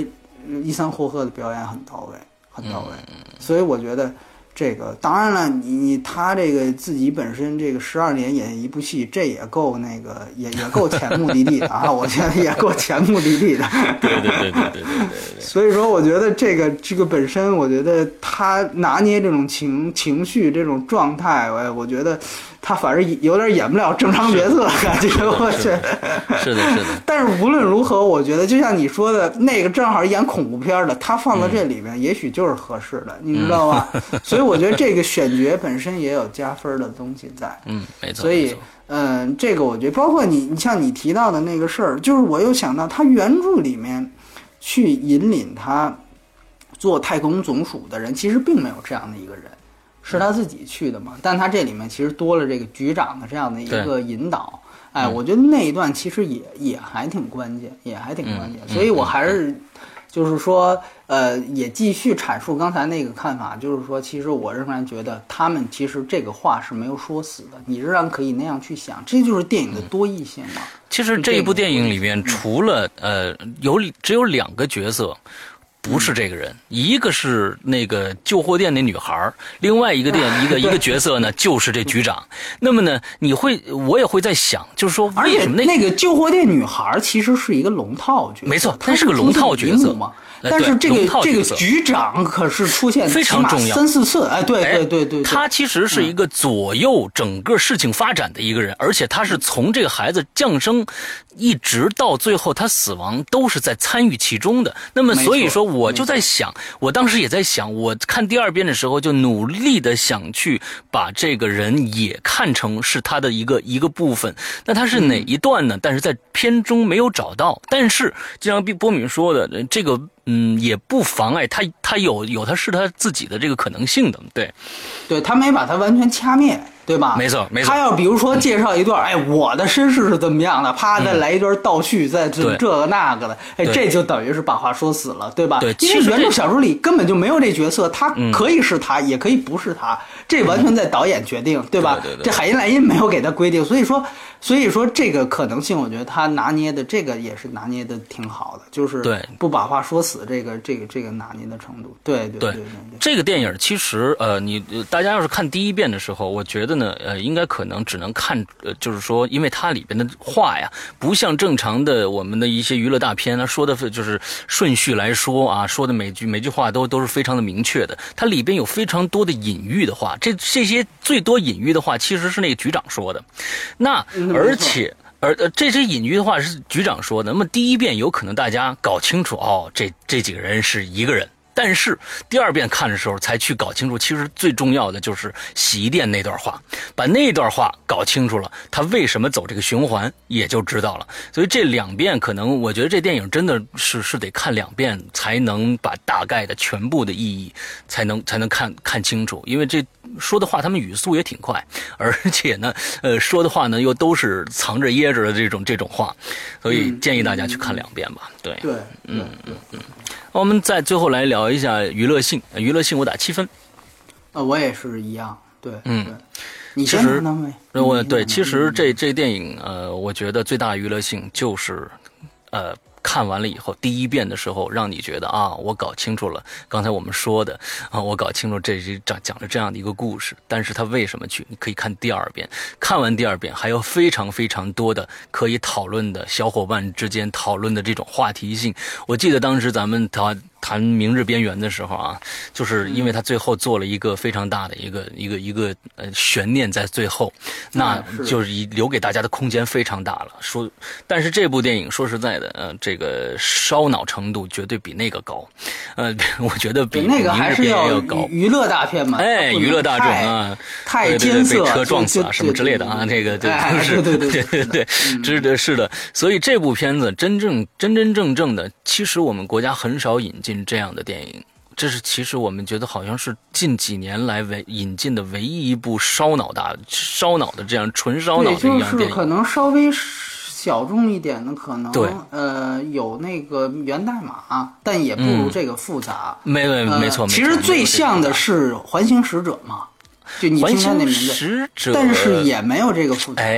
伊桑霍赫的表演很到位，很到位。所以我觉得这个当然了，他这个自己本身这个12年演一部戏，这也够那个也够前目的地的啊，我觉得也够前目的地的。 对。 所以说，我觉得这个本身，我觉得他拿捏这种情绪这种状态，我觉得他反而有点演不了正常角色，感觉我觉得是的。 但是无论如何，我觉得就像你说的那个正好演恐怖片的，他放到这里面，也许就是合适的，你知道吧？所以我觉得这个选角本身也有加分的东西在。 没错。 所以这个我觉得，包括你像你提到的那个事儿，就是我又想到他原著里面去引领他做太空总署的人，其实并没有这样的一个人。是他自己去的嘛？但他这里面其实多了这个局长的这样的一个引导，我觉得那一段其实也还挺关键，所以我还是就是说，也继续阐述刚才那个看法，就是说，其实我仍然觉得他们其实这个话是没有说死的，你仍然可以那样去想，这就是电影的多义性嘛。 其实这一部电影里面，除了只有2个角色。不是这个人，一个是那个旧货店那女孩，另外一个角色呢就是这局长。那么呢，我也会在想，就是说为什么那个旧货店女孩其实是一个龙套角色？ 没错，她是个龙套角色嘛。但是这个局长可是出现非常重要 3-4次，对， 他其实是一个左右整个事情发展的一个人，而且他是从这个孩子降生一直到最后他死亡都是在参与其中的。那么所以说我就在想，我当时也在想，我看第2遍的时候就努力的想去把这个人也看成是他的一个部分。那他是哪一段呢？但是在片中没有找到。但是就像波米说的，这个也不妨碍他有他是他自己的这个可能性的， 对，他没把他完全掐灭，对吧？ 没错。 他要比如说介绍一段，我的身世是怎么样的，啪，再来一段倒叙，再这个那个的，这就等于是把话说死了，对吧？ 对， 因为原著小说里根本就没有这角色，他可以是他，也可以不是他，这完全在导演决定，对吧？ 对。 这海因莱因没有给他规定，所以说这个可能性，我觉得他拿捏的这个也是拿捏的挺好的，就是不把话说死，这个拿捏的程度，对。 这个电影其实大家要是看第1遍的时候，我觉得呢应该可能只能看就是说，因为它里边的话呀，不像正常的我们的一些娱乐大片啊，说的就是顺序来说啊，说的每句话都是非常的明确的。它里边有非常多的隐喻的话，这些最多隐喻的话其实是那个局长说的。那而且这些隐喻的话是局长说的。那么第1遍有可能大家搞清楚这几个人是一个人。但是第2遍看的时候才去搞清楚，其实最重要的就是洗衣店那段话，把那段话搞清楚了，他为什么走这个循环也就知道了。所以这2遍可能我觉得这电影真的是得看2遍才能把大概的全部的意义才能看清楚，因为这说的话他们语速也挺快，而且呢说的话呢又都是藏着掖着的这种话，所以建议大家去看2遍吧。对。我们再最后来聊一下娱乐性我打7分。 我也是一样，对。你其实其实这电影我觉得最大的娱乐性就是看完了以后，第1遍的时候让你觉得我搞清楚了刚才我们说的我搞清楚这是讲了这样的一个故事，但是他为什么去，你可以看第2遍，看完第2遍还有非常非常多的可以讨论的，小伙伴之间讨论的这种话题性。我记得当时咱们谈明日边缘的时候啊，就是因为他最后做了一个非常大的一个悬念在最后，那就是留给大家的空间非常大了。但是这部电影说实在的，这个烧脑程度绝对比那个高，我觉得比那个还是要高。 娱乐大片嘛， 娱乐大众啊， 太艰涩， 被车撞死啊什么之类的啊，这个对，是的。所以这部片子真正的，其实我们国家很少引进这样的电影，这是其实我们觉得好像是近几年来引进的唯一一部烧脑的这样纯烧脑的一样电影。 就是可能稍微小众一点的，可能有那个源代码，但也不如这个复杂。 没错。 其实最像的是环形使者嘛，就你听他那名字，但是也没有这个复杂。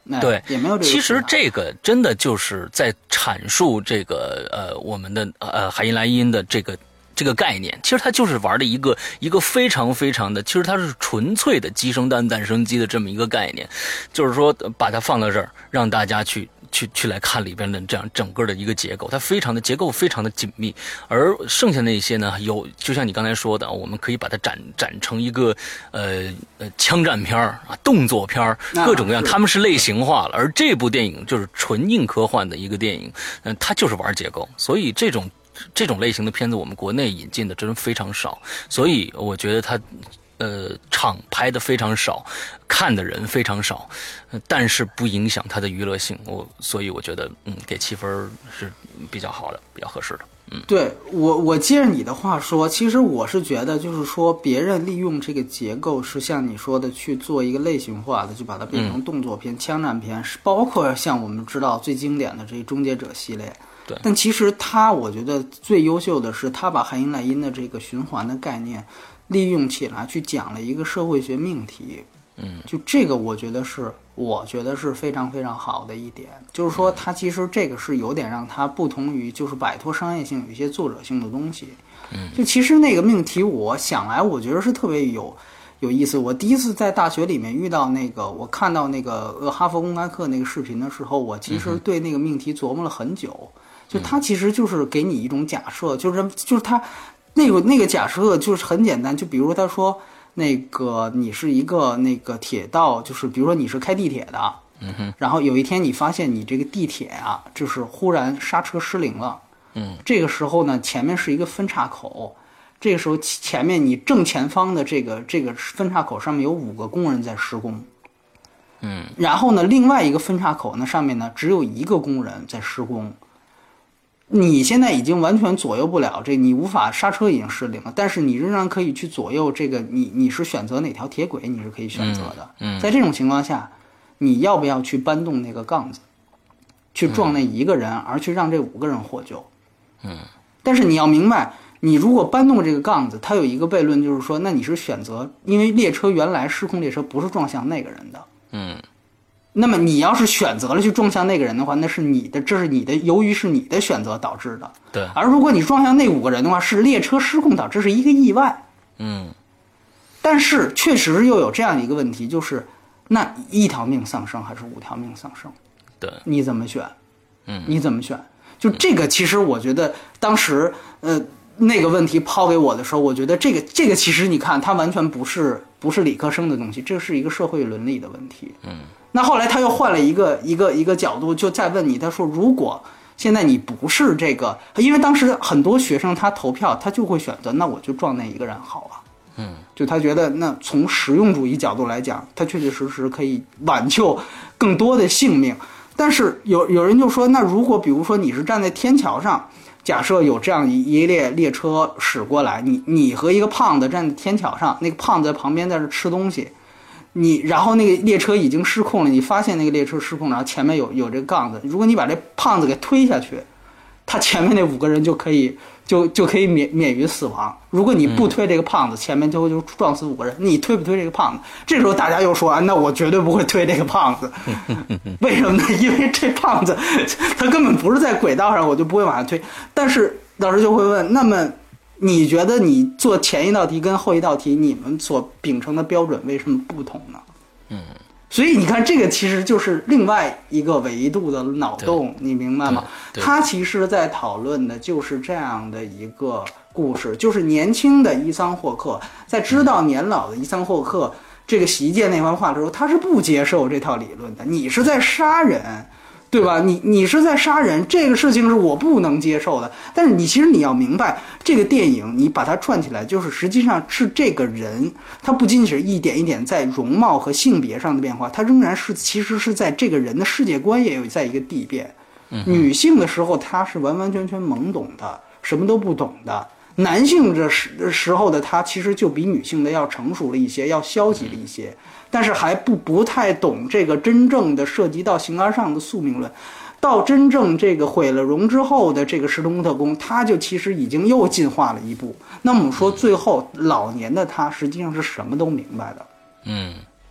对， 也没有这个。 其实这个真的就是在阐述这个我们的海因莱因的这个概念，其实它就是玩的一个非常非常的，其实它是纯粹的鸡生蛋，蛋生鸡的这么一个概念，就是说把它放到这儿，让大家去来看里边的这样整个的一个结构，它结构非常的紧密，而剩下那些呢，就像你刚才说的，我们可以把它展成一个枪战片啊，动作片各种各样，他们是类型化了，而这部电影就是纯硬科幻的一个电影，它就是玩结构，所以这种类型的片子，我们国内引进的真非常少，所以我觉得它，场拍的非常少，看的人非常少，但是不影响它的娱乐性。所以我觉得，给7分是比较好的，比较合适的。 对我接着你的话说，其实我是觉得，就是说别人利用这个结构是像你说的去做一个类型化的，就把它变成动作片、枪战片，包括像我们知道最经典的这《终结者》系列。 对， 但其实我觉得最优秀的是他把海因莱因的这个循环的概念利用起来，去讲了一个社会学命题。就这个我觉得是非常非常好的一点，就是说它其实这个是有点让它不同于就是摆脱商业性，有一些作者性的东西。就其实那个命题我想来，我觉得是特别有意思。我第一次在大学里面遇到那个，我看到那个哈佛公开课那个视频的时候，我其实对那个命题琢磨了很久。就它其实就是给你一种假设，就是它那个假设就是很简单，就比如他说那个你是一个那个铁道，就是比如说你是开地铁的，然后有一天你发现你这个地铁啊，就是忽然刹车失灵了，这个时候呢前面是一个分岔口，这个时候前面你正前方的这个分岔口上面有5个工人在施工，然后呢另外一个分岔口呢上面呢只有1个工人在施工。你现在已经完全左右不了这，你无法刹车已经失灵了，但是你仍然可以去左右这个，你是选择哪条铁轨，你是可以选择的。在这种情况下，你要不要去搬动那个杠子，去撞那1个人，而去让这5个人获救？但是你要明白，你如果搬动这个杠子，它有一个悖论，就是说，那你是选择，因为列车原来失控列车不是撞向那个人的，那么你要是选择了去撞向那个人的话，那是你的，这是你的，由于是你的选择导致的。 对。 而如果你撞向那5个人的话，是列车失控导致，是一个意外。但是确实又有这样一个问题，就是那1条命丧生还是5条命丧生？ 对。 你怎么选？你怎么选？就这个，其实我觉得当时那个问题抛给我的时候，我觉得这个其实你看，它完全不是理科生的东西，这是一个社会伦理的问题。那后来他又换了一个角度，就再问你，他说如果现在你不是这个，因为当时很多学生他投票，他就会选择，那我就撞那1个人好了。就他觉得那从实用主义角度来讲，他确确实实可以挽救更多的性命。但是有人就说，那如果比如说你是站在天桥上，假设有这样一列列车驶过来，你和一个胖子站在天桥上，那个胖子在旁边在这吃东西，然后那个列车已经失控了，你发现那个列车失控，然后前面有这个杠子，如果你把这胖子给推下去，他前面那5个人就可以免于死亡。如果你不推这个胖子，前面就撞死5个人。你推不推这个胖子？这时候大家又说那我绝对不会推这个胖子。为什么呢？因为这胖子他根本不是在轨道上，我就不会往下推。但是老师就会问，那么你觉得你做前一道题跟后一道题，你们所秉承的标准为什么不同呢？所以你看，这个其实就是另外一个维度的脑洞，你明白吗？他其实在讨论的就是这样的一个故事，就是年轻的伊桑霍克在知道年老的伊桑霍克这个洗衣界那番话的时候，他是不接受这套理论的。你是在杀人，对吧？你是在杀人，这个事情是我不能接受的。但是其实你要明白，这个电影你把它串起来，就是实际上是这个人，他不仅仅是一点一点在容貌和性别上的变化，他仍然是其实是在这个人的世界观也有在一个递变。女性的时候，她是完完全全懵懂的，什么都不懂的。男性这时候的他其实就比女性的要成熟了一些，要消极了一些，但是还不太懂这个真正的涉及到形而上的宿命论。到真正这个毁了容之后的这个石头公特工，他就其实已经又进化了一步。那么我们说最后老年的他实际上是什么都明白的，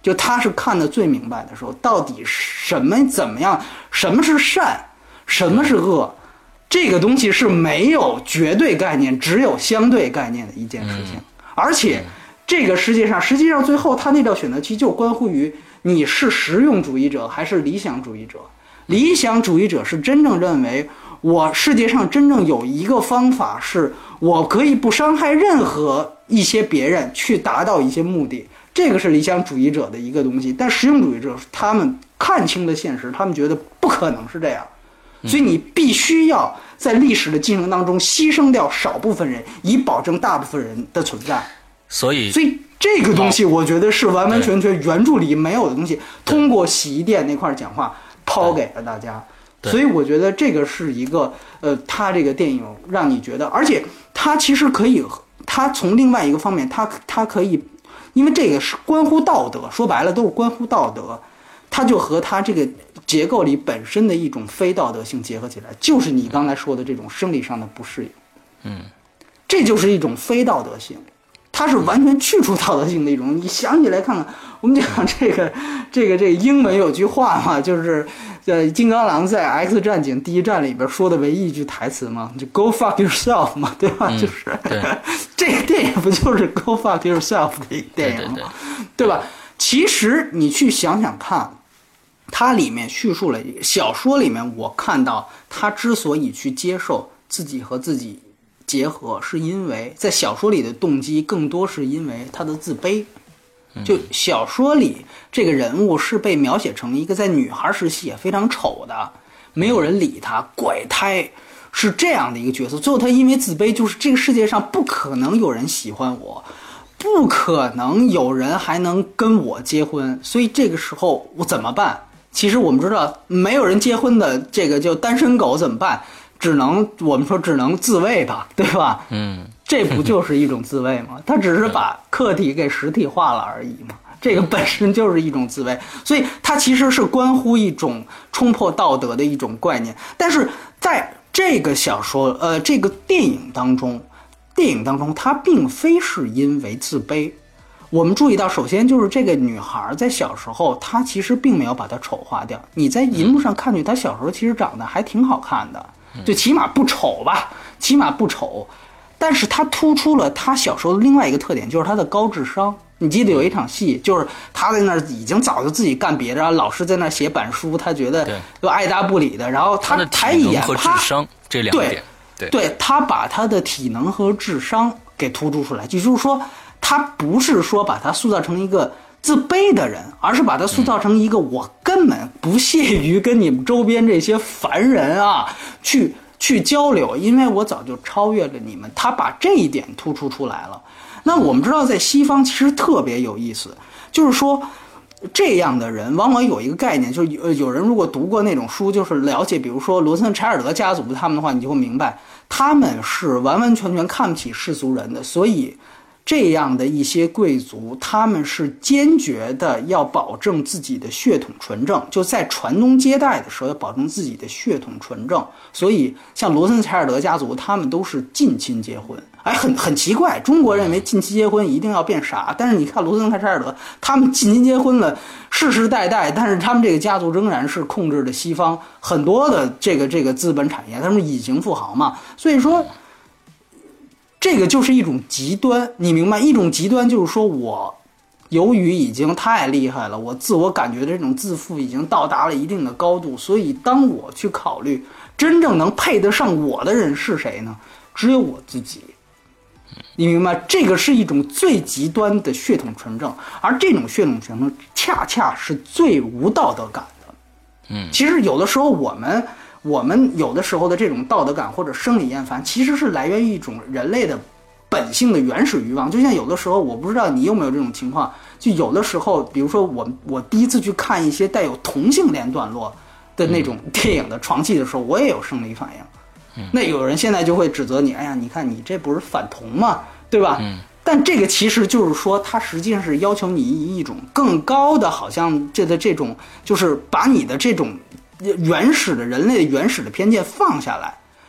就他是看得最明白的时候，到底什么怎么样，什么是善，什么是恶，这个东西是没有绝对概念，只有相对概念的一件事情。而且这个世界上，实际上最后他那道选择题就关乎于你是实用主义者还是理想主义者。理想主义者是真正认为我世界上真正有一个方法是我可以不伤害任何一些别人去达到一些目的，这个是理想主义者的一个东西。但实用主义者他们看清了现实，他们觉得不可能是这样，所以你必须要在历史的进程当中牺牲掉少部分人，以保证大部分人的存在。所以这个东西我觉得是完完全全原著里没有的东西，通过洗衣店那块讲话抛给了大家。所以我觉得这个是一个他这个电影让你觉得，而且他其实可以，他从另外一个方面，他可以，因为这个是关乎道德，说白了都是关乎道德，他就和他这个结构里本身的一种非道德性结合起来，就是你刚才说的这种生理上的不适应，这就是一种非道德性。它是完全去除道德性的一种。你想起来看看，我们讲这个英文有句话嘛，就是金刚狼在 X 战警第一战里边说的唯一一句台词嘛，就 Go fuck yourself 嘛，对吧？就是这个电影不就是 Go fuck yourself 的一个电影吗？对吧？其实你去想想看，它里面叙述了小说里面，我看到他之所以去接受自己和自己结合，是因为在小说里的动机更多是因为他的自卑。就小说里这个人物是被描写成一个在女孩时期也非常丑的，没有人理他，怪胎，是这样的一个角色。最后他因为自卑，就是这个世界上不可能有人喜欢我，不可能有人还能跟我结婚，所以这个时候我怎么办？其实我们知道没有人结婚的这个就单身狗怎么办？我们说只能自慰吧，对吧？这不就是一种自慰吗？他只是把客体给实体化了而已嘛，这个本身就是一种自慰，所以它其实是关乎一种冲破道德的一种概念。但是在这个小说这个电影当中它并非是因为自卑。我们注意到，首先就是这个女孩在小时候，她其实并没有把她丑化掉。你在荧幕上看去，她小时候其实长得还挺好看的，就起码不丑吧，起码不丑。但是她突出了她小时候的另外一个特点，就是她的高智商。你记得有一场戏，就是她在那儿已经早就自己干别的，然后老师在那儿写板书，她觉得就爱答不理的，然后她抬一眼， 和智商这两点， 对，她把她的体能和智商给突出出来，就是说，她不是说把她塑造成一个自卑的人，而是把她塑造成一个我根本不屑于跟你们周边这些凡人啊去交流，因为我早就超越了你们。他把这一点突出出来了。那我们知道在西方其实特别有意思，就是说这样的人往往有一个概念，就是有人如果读过那种书，就是了解比如说罗森柴尔德家族他们的话，你就会明白他们是完完全全看不起世俗人的。所以这样的一些贵族，他们是坚决的要保证自己的血统纯正，就在传宗接代的时候要保证自己的血统纯正。所以像罗森柴尔德家族，他们都是近亲结婚。很奇怪，中国认为近亲结婚一定要变傻，但是你看罗森柴尔德，他们近亲结婚了世世代代，但是他们这个家族仍然是控制着西方很多的这个资本产业，他们隐形富豪嘛。所以说这个就是一种极端，你明白？一种极端就是说，我由于已经太厉害了，我自我感觉的这种自负已经到达了一定的高度，所以当我去考虑真正能配得上我的人是谁呢？只有我自己。你明白？这个是一种最极端的血统纯正，而这种血统纯正恰恰是最无道德感的。其实有的时候我们有的时候的这种道德感或者生理厌烦，其实是来源于一种人类的本性的原始欲望。就像有的时候，我不知道你有没有这种情况，就有的时候，比如说我第一次去看一些带有同性恋段落的那种电影的床戏的时候，我也有生理反应。那有人现在就会指责你，哎呀，你看你这不是反同吗？对吧？但这个其实就是说，它实际上是要求你以一种更高的，好像这种，就是把你的这种原始的人类的原始的偏见放下来，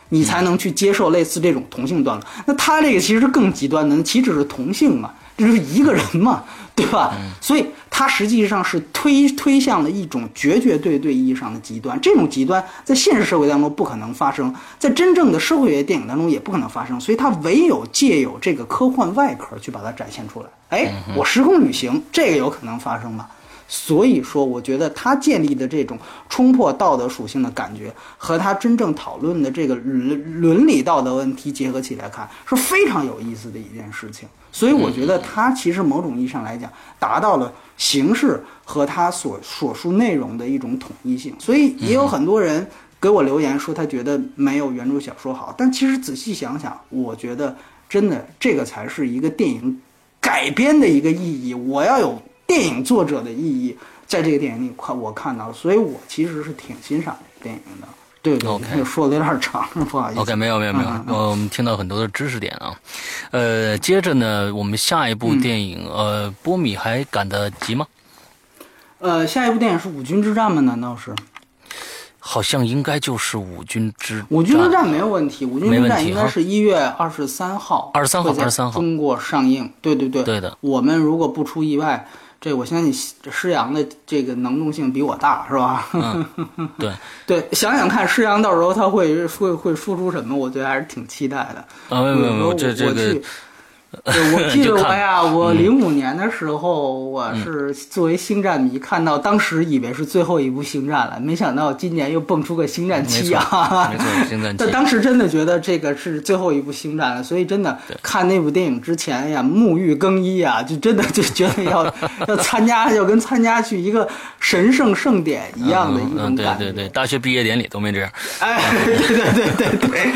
你才能去接受类似这种同性段落。那他这个其实更极端的，岂止是同性嘛，这就是一个人嘛，对吧？所以他实际上是推向了一种绝对意义上的极端。这种极端在现实社会当中不可能发生，在真正的社会学电影当中也不可能发生，所以他唯有借有这个科幻外壳去把它展现出来。哎，我时空旅行这个有可能发生吗？所以说，我觉得他建立的这种冲破道德属性的感觉，和他真正讨论的这个伦理道德问题结合起来看，是非常有意思的一件事情。所以我觉得他其实某种意义上来讲，达到了形式和他所述内容的一种统一性。所以也有很多人给我留言说，他觉得没有原著小说好。但其实仔细想想，我觉得真的这个才是一个电影改编的一个意义。我要有电影作者的意义，在这个电影里我看到了，所以我其实是挺欣赏这个电影的。对对 ，OK， 说的有点长，不好意思。 OK， 没有，我们听到很多的知识点啊。接着呢，我们下一部电影，波米还赶得及吗？ 下一部电影是《五军之战》吗？难道是？ 好像应该就是五军之战没有问题，五军之战应该是1月23号 ，23号中国上映。对的。 我们如果不出意外，这我相信施洋的这个能动性比我大，是吧？ 对对，想想看，施洋到时候他会说出什么，我觉得还是挺期待的。 没有，这个。 我记得我05年的时候，我是作为星战迷看到，当时以为是最后一部星战了，没想到今年又蹦出个星战7啊！ 没错，星战7。 但当时真的觉得这个是最后一部星战了，所以真的看那部电影之前呀，沐浴更衣啊，就真的就觉得要参加，要跟参加去一个神圣盛典一样的一种感觉。 对，大学毕业典礼都没这样。 哎，对，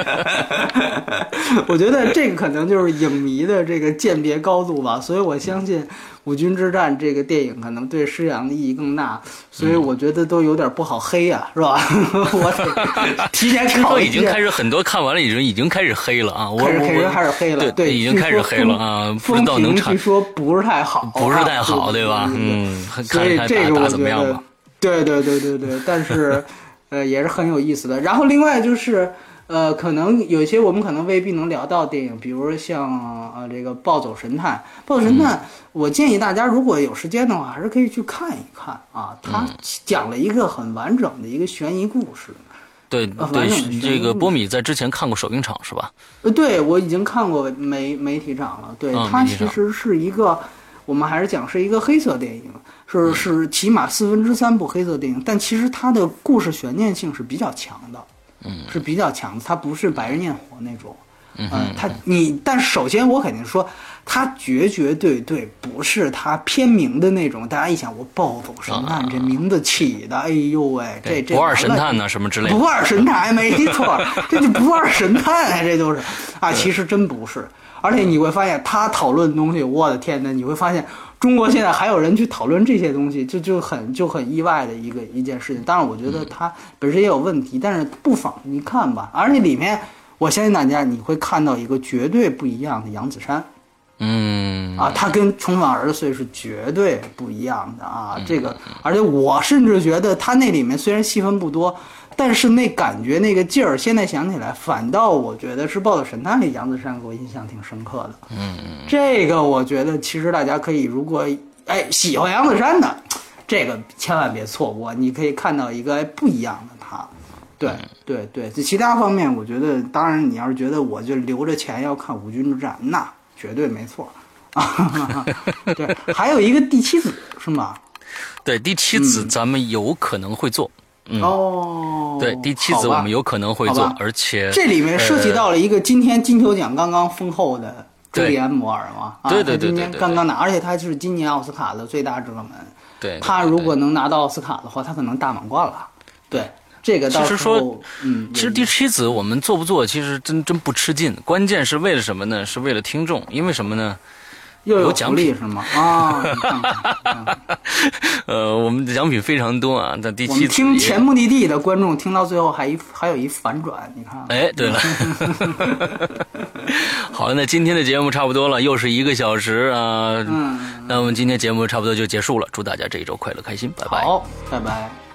我觉得这个可能就是影迷的这个鉴别高度吧，所以我相信《五军之战》这个电影可能对施洋的意义更大，所以我觉得都有点不好黑啊，是吧？我得提前考虑。 已经开始很多看完了，已经开始黑了啊！ 开始黑了，对， 已经开始黑了啊！不知道能据说不是太好， 对吧？ 所以这个我怎么样吧？ 对，但是也是很有意思的。然后另外就是可能有些我们可能未必能聊到电影，比如像这个《暴走神探》。《暴走神探》我建议大家如果有时间的话，还是可以去看一看啊。他讲了一个很完整的一个悬疑故事。 对，这个波米在之前看过首映场是吧？ 对，我已经看过媒体场了。对，它其实是一个，我们还是讲是一个黑色电影，是起码3/4部黑色电影，但其实它的故事悬念性是比较强的。是比较强的，它不是白日焰火那种，但首先我肯定说，它绝对不是它片名的那种。大家一想，我暴走神探这名字起的，哎呦喂，这不二神探呢什么之类的， 不二神探没错，这就不二神探啊，这都是啊，其实真不是。而且你会发现，他讨论的东西，我的天哪，你会发现。中国现在还有人去讨论这些东西，就很意外的一件事情。当然，我觉得它本身也有问题，但是不妨一看吧。而且里面，我相信大家你会看到一个绝对不一样的杨子姗。他跟《重返20岁》是绝对不一样的啊。这个，而且我甚至觉得他那里面虽然戏份不多，但是那感觉那个劲儿，现在想起来，反倒我觉得是《暴走神探》里杨子姗给我印象挺深刻的。这个我觉得其实大家可以，如果喜欢杨子姗的，这个千万别错过，你可以看到一个不一样的他。对，其他方面我觉得，当然你要是觉得我就留着钱要看《五军之战》，那绝对没错啊。对，还有一个第七子是吗？ 对，第七子咱们有可能会做。对，第七子我们有可能会做，而且这里面涉及到了一个今天金球奖刚刚封后的朱莉安·摩尔嘛， 对， 今年刚刚拿，而且他是今年奥斯卡的最大热门。 对， 他如果能拿到奥斯卡的话，他可能大满贯了。对，这个到时候其实第七子我们做不做，其实真不吃劲。关键是为了什么呢？是为了听众，因为什么呢？ 又有奖品是吗？啊， 我们的奖品非常多啊。但第七子听前目的地的观众听到最后还有一反转，你看。 哎，对了，好了，那今天的节目差不多了，又是1个小时啊。那我们今天节目差不多就结束了，祝大家这一周快乐开心，拜拜。 好，拜拜。